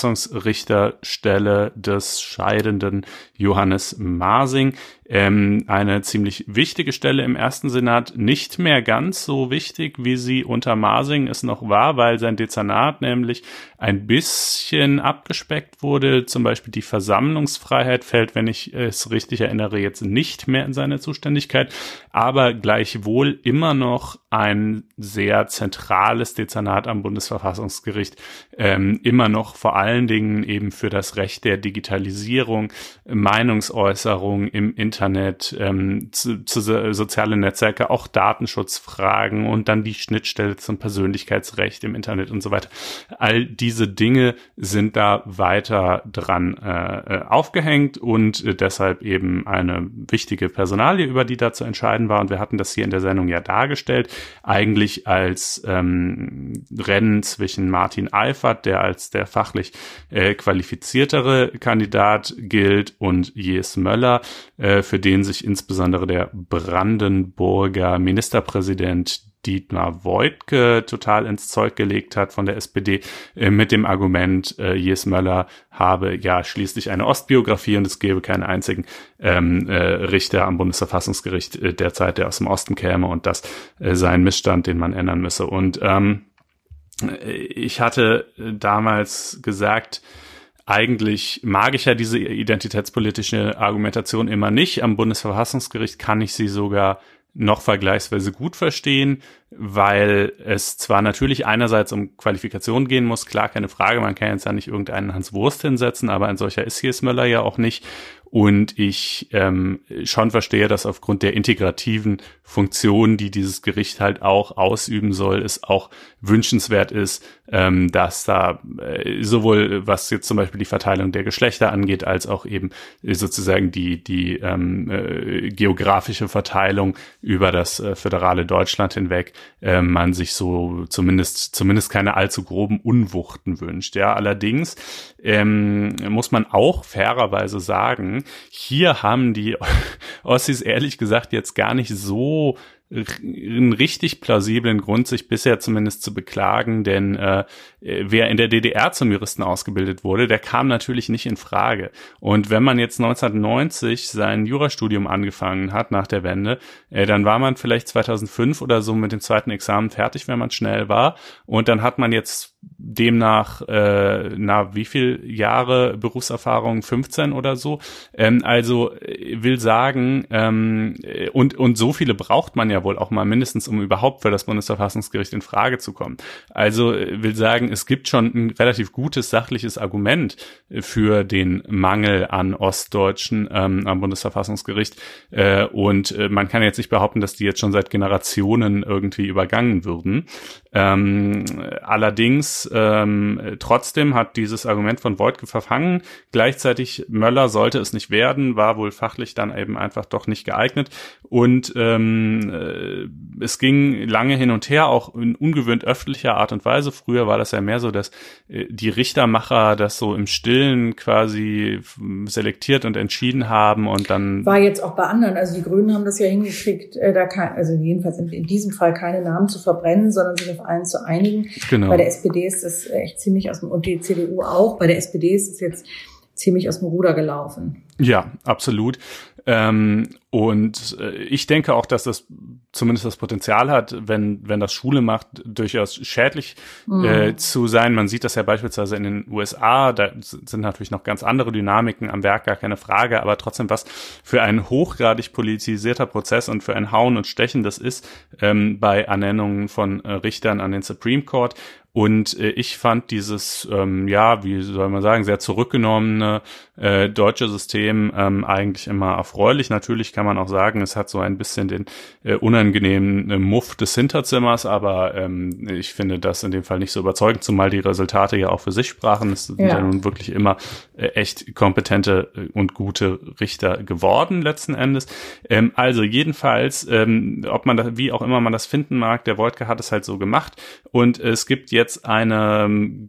Verfassungsrichterstelle des scheidenden Johannes Masing. Ähm, eine ziemlich wichtige Stelle im ersten Senat, nicht mehr ganz so wichtig, wie sie unter Masing es noch war, weil sein Dezernat nämlich ein bisschen abgespeckt wurde. Zum Beispiel die Versammlungsfreiheit fällt, wenn ich es richtig erinnere, jetzt nicht mehr in seine Zuständigkeit, aber gleichwohl immer noch ein sehr zentrales Dezernat am Bundesverfassungsgericht, ähm, immer noch vor allen Dingen eben für das Recht der Digitalisierung, Meinungsäußerung im Internet, ähm, zu, zu soziale Netzwerke, auch Datenschutzfragen und dann die Schnittstelle zum Persönlichkeitsrecht im Internet und so weiter. All diese Dinge sind da weiter dran äh, aufgehängt und äh, deshalb eben eine wichtige Personalie, über die da zu entscheiden war. Und wir hatten das hier in der Sendung ja dargestellt, eigentlich als ähm, Rennen zwischen Martin Eifert, der als der fachlich äh, qualifiziertere Kandidat gilt, und Jes Möller, äh, für den sich insbesondere der Brandenburger Ministerpräsident Dietmar Woidke total ins Zeug gelegt hat von der S P D, äh, mit dem Argument, äh, Jes Möller habe ja schließlich eine Ostbiografie und es gäbe keinen einzigen ähm, äh, Richter am Bundesverfassungsgericht äh, derzeit, der aus dem Osten käme, und das äh, sei ein Missstand, den man ändern müsse. Und ähm, ich hatte damals gesagt, eigentlich mag ich ja diese identitätspolitische Argumentation immer nicht. Am Bundesverfassungsgericht kann ich sie sogar noch vergleichsweise gut verstehen, weil es zwar natürlich einerseits um Qualifikation gehen muss, klar, keine Frage, man kann jetzt ja nicht irgendeinen Hans Wurst hinsetzen, aber ein solcher ist Jes Möller ja auch nicht. Und ich ähm, schon verstehe, dass aufgrund der integrativen Funktion, die dieses Gericht halt auch ausüben soll, es auch wünschenswert ist, ähm, dass da äh, sowohl was jetzt zum Beispiel die Verteilung der Geschlechter angeht, als auch eben sozusagen die die ähm, äh, geografische Verteilung über das äh, föderale Deutschland hinweg, äh, man sich so zumindest zumindest keine allzu groben Unwuchten wünscht. Ja, allerdings ähm, muss man auch fairerweise sagen, hier haben die Ossis ehrlich gesagt jetzt gar nicht so einen richtig plausiblen Grund, sich bisher zumindest zu beklagen, denn äh, wer in der D D R zum Juristen ausgebildet wurde, der kam natürlich nicht in Frage. Und wenn man jetzt neunzehnhundertneunzig sein Jurastudium angefangen hat nach der Wende, äh, dann war man vielleicht zweitausendfünf oder so mit dem zweiten Examen fertig, wenn man schnell war. Und dann hat man jetzt demnach, äh, na, wie viel Jahre Berufserfahrung? fünfzehn oder so. Ähm, also will sagen, ähm, und und so viele braucht man ja wohl auch mal mindestens, um überhaupt für das Bundesverfassungsgericht in Frage zu kommen. Also will sagen, es gibt schon ein relativ gutes sachliches Argument für den Mangel an Ostdeutschen ähm, am Bundesverfassungsgericht. Äh, und äh, man kann jetzt nicht behaupten, dass die jetzt schon seit Generationen irgendwie übergangen würden. Ähm, allerdings ähm, trotzdem hat dieses Argument von Woidke verfangen. Gleichzeitig Möller sollte es nicht werden, war wohl fachlich dann eben einfach doch nicht geeignet. Und ähm, äh, es ging lange hin und her, auch in ungewöhnt öffentlicher Art und Weise. Früher war das ja mehr so, dass äh, die Richtermacher das so im Stillen quasi selektiert und entschieden haben und dann... War jetzt auch bei anderen, also die Grünen haben das ja hingekriegt, äh, da kann, also jedenfalls in, in diesem Fall keine Namen zu verbrennen, sondern sich auf einen zu einigen. Genau. Bei der S P D ist das echt ziemlich aus dem, und die C D U auch. Bei der S P D ist es jetzt ziemlich aus dem Ruder gelaufen. Ja, absolut. Ähm, und äh, ich denke auch, dass das zumindest das Potenzial hat, wenn wenn das Schule macht, durchaus schädlich mhm. äh, zu sein. Man sieht das ja beispielsweise in den U S A, da sind natürlich noch ganz andere Dynamiken am Werk, gar keine Frage, aber trotzdem, was für ein hochgradig politisierter Prozess und für ein Hauen und Stechen das ist ähm, bei Ernennungen von äh, Richtern an den Supreme Court. Und äh, ich fand dieses, ähm, ja, wie soll man sagen, sehr zurückgenommene äh, deutsche System ähm, eigentlich immer erfreulich. Natürlich kann man auch sagen, es hat so ein bisschen den äh, unangenehmen äh, Muff des Hinterzimmers, aber ähm, ich finde das in dem Fall nicht so überzeugend, zumal die Resultate ja auch für sich sprachen. Es sind ja, ja nun wirklich immer äh, echt kompetente und gute Richter geworden letzten Endes. Ähm, also jedenfalls, ähm, ob man das, wie auch immer man das finden mag, der Woidke hat es halt so gemacht und es gibt jetzt jetzt eine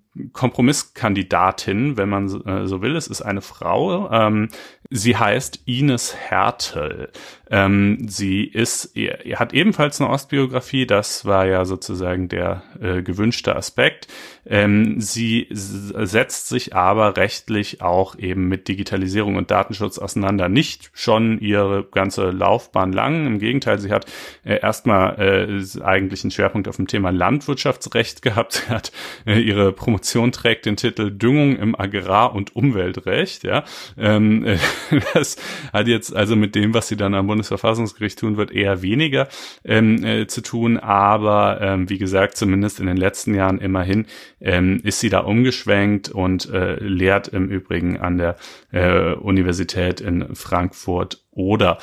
Kompromisskandidatin, wenn man so, äh, so will. Es ist eine Frau. Ähm, sie heißt Ines Hertel. Ähm, sie ist, ihr, ihr hat ebenfalls eine Ostbiografie. Das war ja sozusagen der äh, gewünschte Aspekt. Ähm, sie s- setzt sich aber rechtlich auch eben mit Digitalisierung und Datenschutz auseinander. Nicht schon ihre ganze Laufbahn lang. Im Gegenteil, sie hat äh, erstmal äh, eigentlich einen Schwerpunkt auf dem Thema Landwirtschaftsrecht gehabt. Sie hat äh, ihre Promotion trägt den Titel Düngung im Agrar- und Umweltrecht. Ja, ähm, äh, das hat jetzt also mit dem, was sie dann am Bundesverfassungsgericht tun wird, eher weniger ähm, äh, zu tun. Aber ähm, wie gesagt, zumindest in den letzten Jahren immerhin ähm, ist sie da umgeschwenkt und äh, lehrt im Übrigen an der äh, Universität in Frankfurt. Oder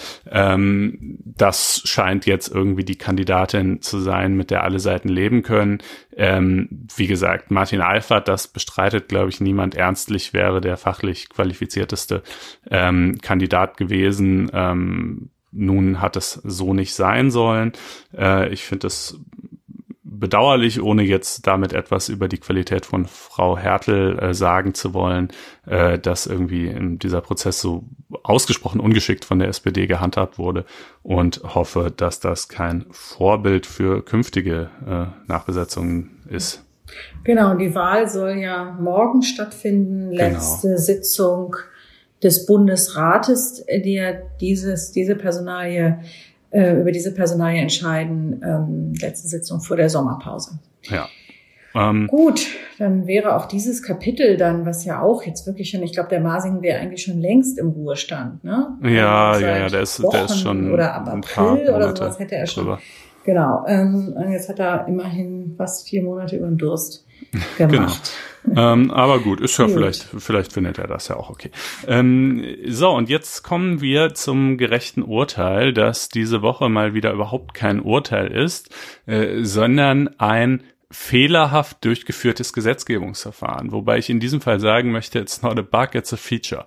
ähm, das scheint jetzt irgendwie die Kandidatin zu sein, mit der alle Seiten leben können. Ähm, wie gesagt, Martin Alfert, das bestreitet, glaube ich, niemand ernstlich, wäre der fachlich qualifizierteste ähm, Kandidat gewesen. Ähm, nun hat es so nicht sein sollen. Äh, ich finde es bedauerlich, ohne jetzt damit etwas über die Qualität von Frau Hertel äh, sagen zu wollen, äh, dass irgendwie in dieser Prozess so ausgesprochen ungeschickt von der S P D gehandhabt wurde und hoffe, dass das kein Vorbild für künftige äh, Nachbesetzungen ist. Genau, die Wahl soll ja morgen stattfinden, letzte genau. Sitzung des Bundesrates, die ja dieses, diese Personalie über diese Personalie entscheiden, ähm, letzte Sitzung vor der Sommerpause. Ja. Ähm, Gut, dann wäre auch dieses Kapitel dann, was ja auch jetzt wirklich schon, ich glaube, der Masing wäre eigentlich schon längst im Ruhestand, ne? Ja, ja, ja, der ist, der ist schon oder ab April oder sowas hätte er schon. Drüber. Genau. Ähm, und jetzt hat er immerhin fast vier Monate über den Durst gemacht. Genau. ähm, aber gut, ist ja gut. vielleicht, vielleicht findet er das ja auch okay. Ähm, so, und jetzt kommen wir zum gerechten Urteil, das diese Woche mal wieder überhaupt kein Urteil ist, äh, sondern ein fehlerhaft durchgeführtes Gesetzgebungsverfahren, wobei ich in diesem Fall sagen möchte, it's not a bug, it's a feature.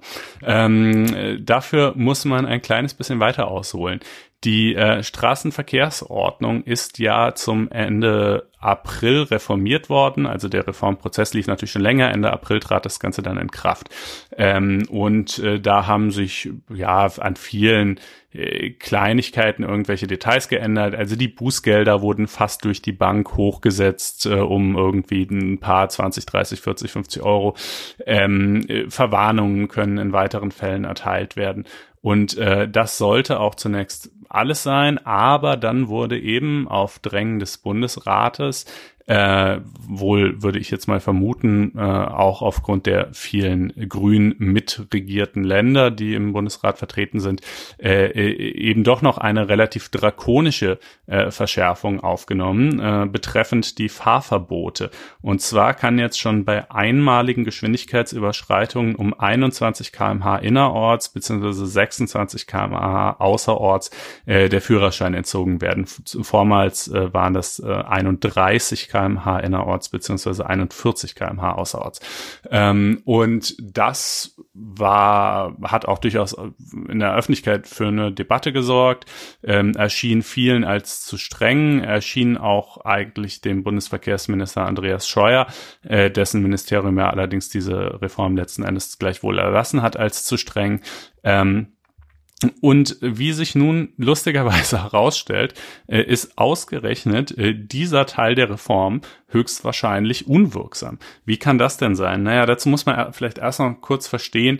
Ähm, dafür muss man ein kleines bisschen weiter ausholen. Die äh, Straßenverkehrsordnung ist ja zum Ende April reformiert worden, also der Reformprozess lief natürlich schon länger, Ende April trat das Ganze dann in Kraft. Ähm, und äh, da haben sich ja an vielen äh, Kleinigkeiten irgendwelche Details geändert, also die Bußgelder wurden fast durch die Bank hochgesetzt, äh, um irgendwie ein paar zwanzig, dreißig, vierzig, fünfzig Euro. Ähm, äh, Verwarnungen können in weiteren Fällen erteilt werden. Und äh, das sollte auch zunächst alles sein, aber dann wurde eben auf Drängen des Bundesrates, äh, wohl würde ich jetzt mal vermuten, äh, auch aufgrund der vielen grün mitregierten Länder, die im Bundesrat vertreten sind, äh, eben doch noch eine relativ drakonische äh, Verschärfung aufgenommen, äh, betreffend die Fahrverbote. Und zwar kann jetzt schon bei einmaligen Geschwindigkeitsüberschreitungen um einundzwanzig Kilometer pro Stunde innerorts bzw. sechsundzwanzig Kilometer pro Stunde außerorts äh, der Führerschein entzogen werden. Vormals äh, waren das äh, einunddreißig Kilometer pro Stunde innerorts beziehungsweise einundvierzig Kilometer pro Stunde außerorts. Ähm, und das war, hat auch durchaus in der Öffentlichkeit für eine Debatte gesorgt, ähm, erschien vielen als zu streng, erschien auch eigentlich dem Bundesverkehrsminister Andreas Scheuer, äh, dessen Ministerium ja allerdings diese Reform letzten Endes gleichwohl erlassen hat, als zu streng. Ähm, Und wie sich nun lustigerweise herausstellt, äh, ist ausgerechnet äh, dieser Teil der Reform höchstwahrscheinlich unwirksam. Wie kann das denn sein? Naja, dazu muss man vielleicht erst noch kurz verstehen,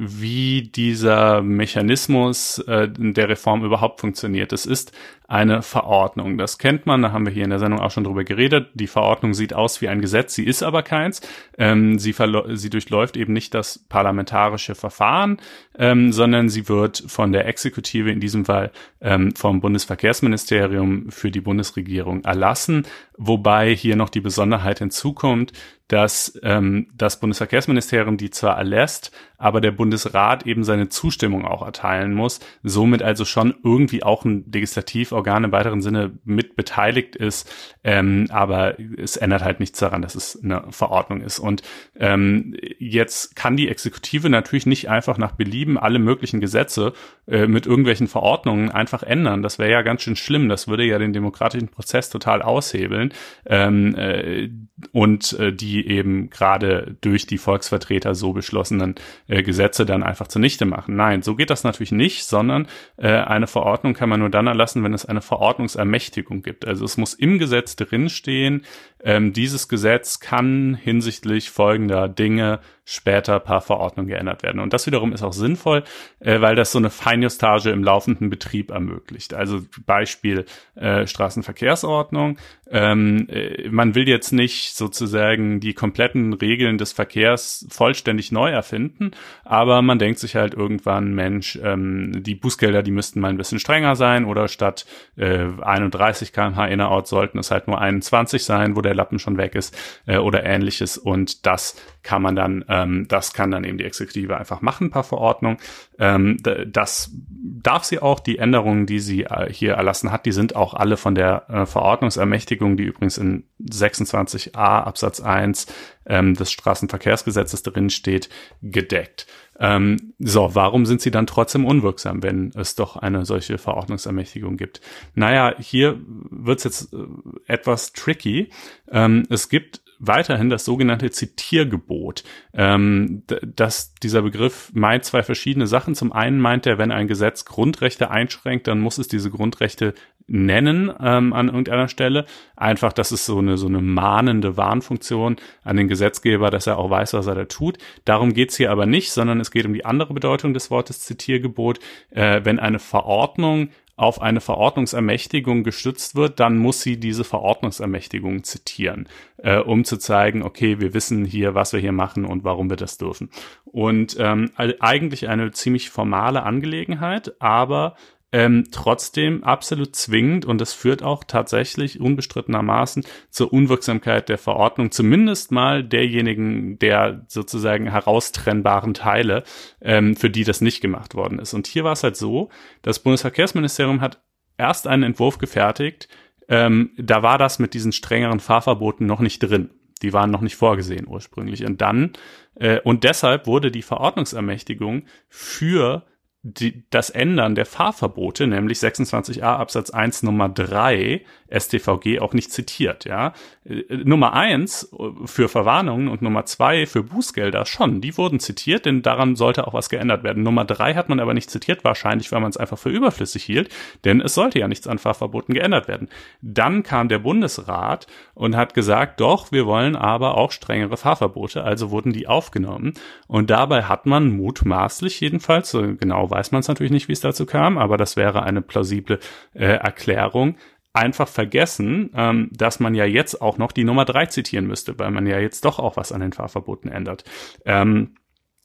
wie dieser Mechanismus äh, der Reform überhaupt funktioniert. Es ist eine Verordnung. Das kennt man, da haben wir hier in der Sendung auch schon drüber geredet. Die Verordnung sieht aus wie ein Gesetz, sie ist aber keins. Ähm, sie, verlo- sie durchläuft eben nicht das parlamentarische Verfahren, ähm, sondern sie wird von der Exekutive, in diesem Fall ähm, vom Bundesverkehrsministerium für die Bundesregierung erlassen, wobei hier noch die Besonderheit hinzukommt, dass ähm, das Bundesverkehrsministerium die zwar erlässt, aber der Bundesrat eben seine Zustimmung auch erteilen muss, somit also schon irgendwie auch ein Legislativorgan im weiteren Sinne mit beteiligt ist, ähm, aber es ändert halt nichts daran, dass es eine Verordnung ist. Und ähm, jetzt kann die Exekutive natürlich nicht einfach nach Belieben alle möglichen Gesetze äh, mit irgendwelchen Verordnungen einfach ändern. Das wäre ja ganz schön schlimm, das würde ja den demokratischen Prozess total aushebeln ähm, äh, und äh, die eben gerade durch die Volksvertreter so beschlossenen äh, Gesetze dann einfach zunichte machen. Nein, so geht das natürlich nicht, sondern äh, eine Verordnung kann man nur dann erlassen, wenn es eine Verordnungsermächtigung gibt. Also es muss im Gesetz drinstehen, ähm, dieses Gesetz kann hinsichtlich folgender Dinge später per Verordnung geändert werden. Und das wiederum ist auch sinnvoll, äh, weil das so eine Feinjustage im laufenden Betrieb ermöglicht. Also Beispiel äh, Straßenverkehrsordnung. Ähm, äh, man will jetzt nicht sozusagen die kompletten Regeln des Verkehrs vollständig neu erfinden, aber man denkt sich halt irgendwann, Mensch, ähm, die Bußgelder, die müssten mal ein bisschen strenger sein oder statt äh, einunddreißig Kilometer pro Stunde innerorts sollten es halt nur einundzwanzig sein, wo der Lappen schon weg ist äh, oder ähnliches. Und das kann man dann, ähm, das kann dann eben die Exekutive einfach machen per Verordnung. Ähm, das darf sie auch. Die Änderungen, die sie äh, hier erlassen hat, die sind auch alle von der äh, Verordnungsermächtigung, die übrigens in sechsundzwanzig a Absatz eins ähm, des Straßenverkehrsgesetzes drin steht, gedeckt. Ähm, so, warum sind sie dann trotzdem unwirksam, wenn es doch eine solche Verordnungsermächtigung gibt? Naja, hier wird's jetzt äh, etwas tricky. Ähm, es gibt weiterhin das sogenannte Zitiergebot. Ähm, dass dieser Begriff meint zwei verschiedene Sachen. Zum einen meint er, wenn ein Gesetz Grundrechte einschränkt, dann muss es diese Grundrechte nennen ähm, an irgendeiner Stelle. Einfach, das ist so eine so eine mahnende Warnfunktion an den Gesetzgeber, dass er auch weiß, was er da tut. Darum geht's hier aber nicht, sondern es geht um die andere Bedeutung des Wortes Zitiergebot. Äh, wenn eine Verordnung auf eine Verordnungsermächtigung gestützt wird, dann muss sie diese Verordnungsermächtigung zitieren, äh, um zu zeigen, okay, wir wissen hier, was wir hier machen und warum wir das dürfen. Und ähm, eigentlich eine ziemlich formale Angelegenheit, aber Ähm, trotzdem absolut zwingend, und das führt auch tatsächlich unbestrittenermaßen zur Unwirksamkeit der Verordnung, zumindest mal derjenigen, der sozusagen heraustrennbaren Teile, ähm, für die das nicht gemacht worden ist. Und hier war es halt so, das Bundesverkehrsministerium hat erst einen Entwurf gefertigt, ähm, da war das mit diesen strengeren Fahrverboten noch nicht drin. Die waren noch nicht vorgesehen ursprünglich. Und dann, äh, und deshalb wurde die Verordnungsermächtigung für Die, das Ändern der Fahrverbote, nämlich sechsundzwanzig a Absatz eins Nummer drei S t V G auch nicht zitiert, ja. Nummer eins für Verwarnungen und Nummer zwei für Bußgelder schon, die wurden zitiert, denn daran sollte auch was geändert werden. Nummer drei hat man aber nicht zitiert, wahrscheinlich, weil man es einfach für überflüssig hielt, denn es sollte ja nichts an Fahrverboten geändert werden. Dann kam der Bundesrat und hat gesagt, doch, wir wollen aber auch strengere Fahrverbote, also wurden die aufgenommen. Und dabei hat man mutmaßlich jedenfalls, so genau weiß man es natürlich nicht, wie es dazu kam, aber das wäre eine plausible äh, Erklärung, einfach vergessen, ähm, dass man ja jetzt auch noch die Nummer drei zitieren müsste, weil man ja jetzt doch auch was an den Fahrverboten ändert. Ähm,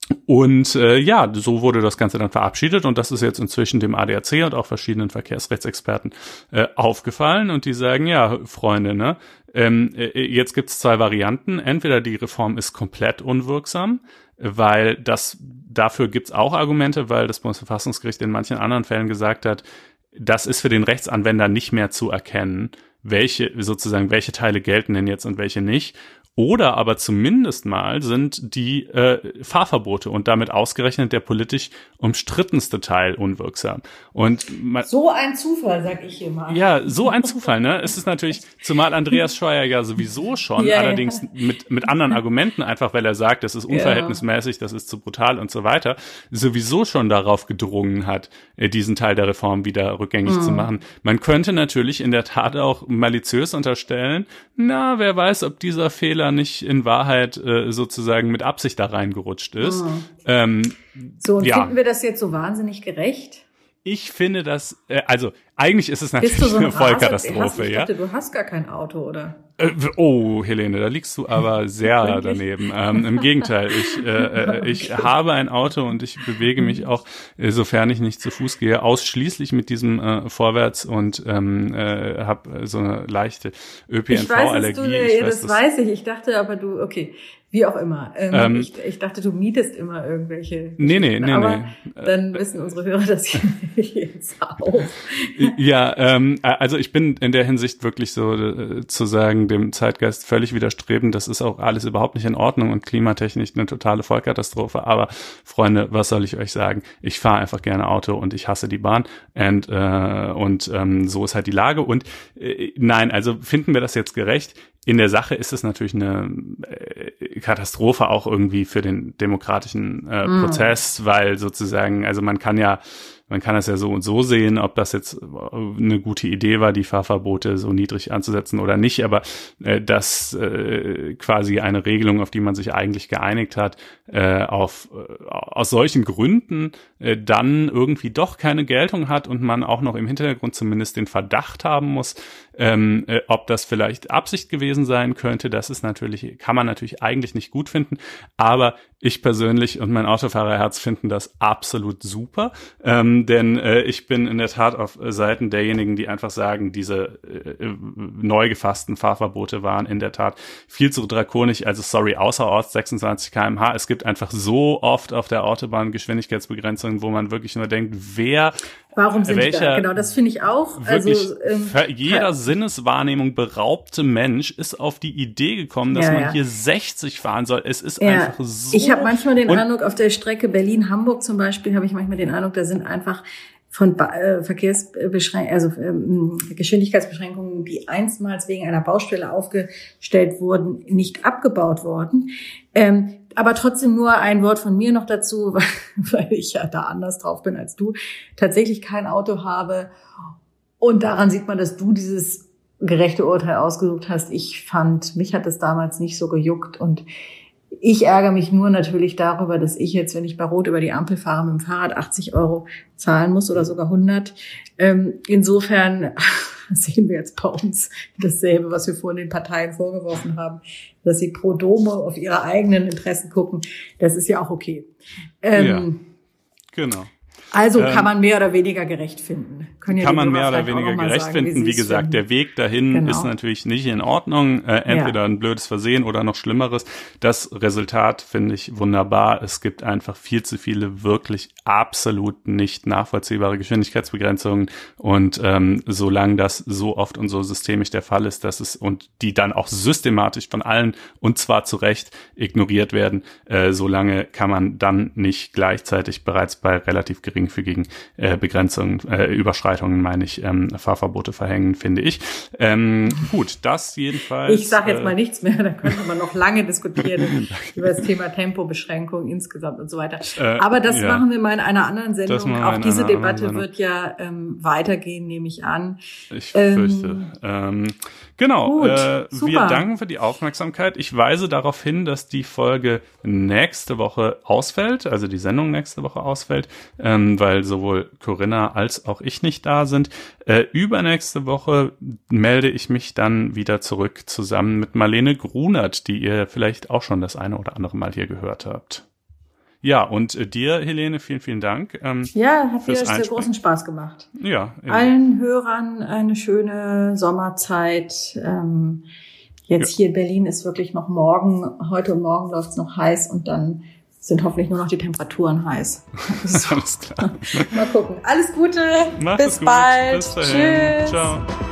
und äh, ja, so wurde das Ganze dann verabschiedet und das ist jetzt inzwischen dem A D A C und auch verschiedenen Verkehrsrechtsexperten äh, aufgefallen und die sagen, ja, Freunde, ne, ähm, äh, jetzt gibt's zwei Varianten. Entweder die Reform ist komplett unwirksam, weil das dafür gibt's auch Argumente, weil das Bundesverfassungsgericht in manchen anderen Fällen gesagt hat, das ist für den Rechtsanwender nicht mehr zu erkennen, welche sozusagen welche Teile gelten denn jetzt und welche nicht. Oder aber zumindest mal sind die äh, Fahrverbote und damit ausgerechnet der politisch umstrittenste Teil unwirksam. Und man, so ein Zufall, sag ich hier mal. Ja, so ein Zufall, ne? Es ist natürlich, zumal Andreas Scheuer ja sowieso schon, ja, allerdings ja. mit mit anderen Argumenten, einfach weil er sagt, das ist unverhältnismäßig, das ist zu brutal und so weiter, sowieso schon darauf gedrungen hat, diesen Teil der Reform wieder rückgängig mhm. zu machen. Man könnte natürlich in der Tat auch maliziös unterstellen, na, wer weiß, ob dieser Fehler nicht in Wahrheit äh, sozusagen mit Absicht da reingerutscht ist. Mhm. Ähm, so, und ja. finden wir das jetzt so wahnsinnig gerecht? Ich finde das, äh, also eigentlich ist es natürlich Bist du so eine ein Vollkatastrophe. Hase? Ich ja? dachte, du hast gar kein Auto, oder? Äh, oh, Helene, da liegst du aber sehr daneben. Ähm, Im Gegenteil, ich, äh, äh, ich habe ein Auto und ich bewege mich auch, äh, sofern ich nicht zu Fuß gehe, ausschließlich mit diesem äh, Vorwärts und ähm, äh, habe so eine leichte Ö P N V-Allergie. Ich weiß, du, ich weiß, das weiß ich. Ich dachte aber du, okay. Wie auch immer. Ähm, ähm, ich, ich dachte, du mietest immer irgendwelche. Nee, nee, nee, aber nee. Dann wissen unsere Hörer das jetzt auch. Ja, ähm, also ich bin in der Hinsicht wirklich so äh, zu sagen, dem Zeitgeist völlig widerstrebend. Das ist auch alles überhaupt nicht in Ordnung und klimatechnisch eine totale Vollkatastrophe. Aber Freunde, was soll ich euch sagen? Ich fahre einfach gerne Auto und ich hasse die Bahn. And, äh, und ähm, so ist halt die Lage. Und äh, nein, also finden wir das jetzt gerecht? In der Sache ist es natürlich eine äh, Katastrophe auch irgendwie für den demokratischen äh, mm. Prozess, weil sozusagen, also man kann ja, man kann das ja so und so sehen, ob das jetzt eine gute Idee war, die Fahrverbote so niedrig anzusetzen oder nicht, aber äh, dass äh, quasi eine Regelung, auf die man sich eigentlich geeinigt hat, äh, auf äh, aus solchen Gründen äh, dann irgendwie doch keine Geltung hat und man auch noch im Hintergrund zumindest den Verdacht haben muss, ähm, äh, ob das vielleicht Absicht gewesen sein könnte. Das ist natürlich, kann man natürlich eigentlich nicht gut finden, aber ich persönlich und mein Autofahrerherz finden das absolut super, ähm, denn äh, ich bin in der Tat auf Seiten derjenigen, die einfach sagen, diese äh, neu gefassten Fahrverbote waren in der Tat viel zu drakonisch, also sorry, außerorts sechsundzwanzig Kilometer pro Stunde. Es gibt einfach so oft auf der Autobahn Geschwindigkeitsbegrenzungen, wo man wirklich nur denkt, wer Warum sind welcher, die da? Genau, das finde ich auch. Also ähm, für jeder Sinneswahrnehmung beraubte Mensch ist auf die Idee gekommen, dass ja, man ja. hier sechzig fahren soll. Es ist ja. einfach so. Ich habe manchmal den Eindruck, auf der Strecke Berlin-Hamburg zum Beispiel, habe ich manchmal den Eindruck, da sind einfach von ba- äh, Verkehrsbeschränkungen, also ähm, Geschwindigkeitsbeschränkungen, die einstmals wegen einer Baustelle aufgestellt wurden, nicht abgebaut worden. Ähm, aber trotzdem nur ein Wort von mir noch dazu, weil, weil ich ja da anders drauf bin als du, tatsächlich kein Auto habe. Und daran sieht man, dass du dieses gerechte Urteil ausgesucht hast. Ich fand, mich hat es damals nicht so gejuckt und ich ärgere mich nur natürlich darüber, dass ich jetzt, wenn ich bei Rot über die Ampel fahre, mit dem Fahrrad achtzig Euro zahlen muss oder sogar hundert. Ähm, insofern sehen wir jetzt bei uns dasselbe, was wir vorhin den Parteien vorgeworfen haben, dass sie pro Domo auf ihre eigenen Interessen gucken. Das ist ja auch okay. Ähm, ja, genau. Also ähm, kann man mehr oder weniger gerecht finden. Können ja kann man Hörer mehr oder weniger gerecht sagen, finden. Wie, wie gesagt, finden. Der Weg dahin genau. ist natürlich nicht in Ordnung. Äh, entweder ja. ein blödes Versehen oder noch Schlimmeres. Das Resultat finde ich wunderbar. Es gibt einfach viel zu viele wirklich absolut nicht nachvollziehbare Geschwindigkeitsbegrenzungen. Und ähm, solange das so oft und so systemisch der Fall ist, dass es und die dann auch systematisch von allen und zwar zu Recht ignoriert werden, äh, solange kann man dann nicht gleichzeitig bereits bei relativ geringen geringfügigen äh, Begrenzungen, äh, Überschreitungen, meine ich, ähm, Fahrverbote verhängen, finde ich. Ähm, gut, das jedenfalls. Ich sage jetzt äh, mal nichts mehr, da könnte man noch lange diskutieren über das Thema Tempobeschränkung insgesamt und so weiter. Äh, Aber das ja. machen wir mal in einer anderen Sendung. Auch diese Debatte wird ja ähm, weitergehen, nehme ich an. Ich fürchte. Ähm, ähm, genau, gut, äh, wir danken für die Aufmerksamkeit. Ich weise darauf hin, dass die Folge nächste Woche ausfällt, also die Sendung nächste Woche ausfällt, ähm, weil sowohl Corinna als auch ich nicht da sind. Äh, übernächste Woche melde ich mich dann wieder zurück zusammen mit Marlene Grunert, die ihr vielleicht auch schon das eine oder andere Mal hier gehört habt. Ja, und äh, dir, Helene, vielen, vielen Dank. Ähm, ja, hat mir sehr großen Spaß gemacht. Ja. Eben. Allen Hörern eine schöne Sommerzeit. Ähm, jetzt ja. hier in Berlin ist wirklich noch morgen, heute und morgen läuft es noch heiß und dann sind hoffentlich nur noch die Temperaturen heiß. So. Alles klar. Mal gucken. Alles Gute. Macht Bis es gut. bald. Bis dahin. Tschüss. Ciao.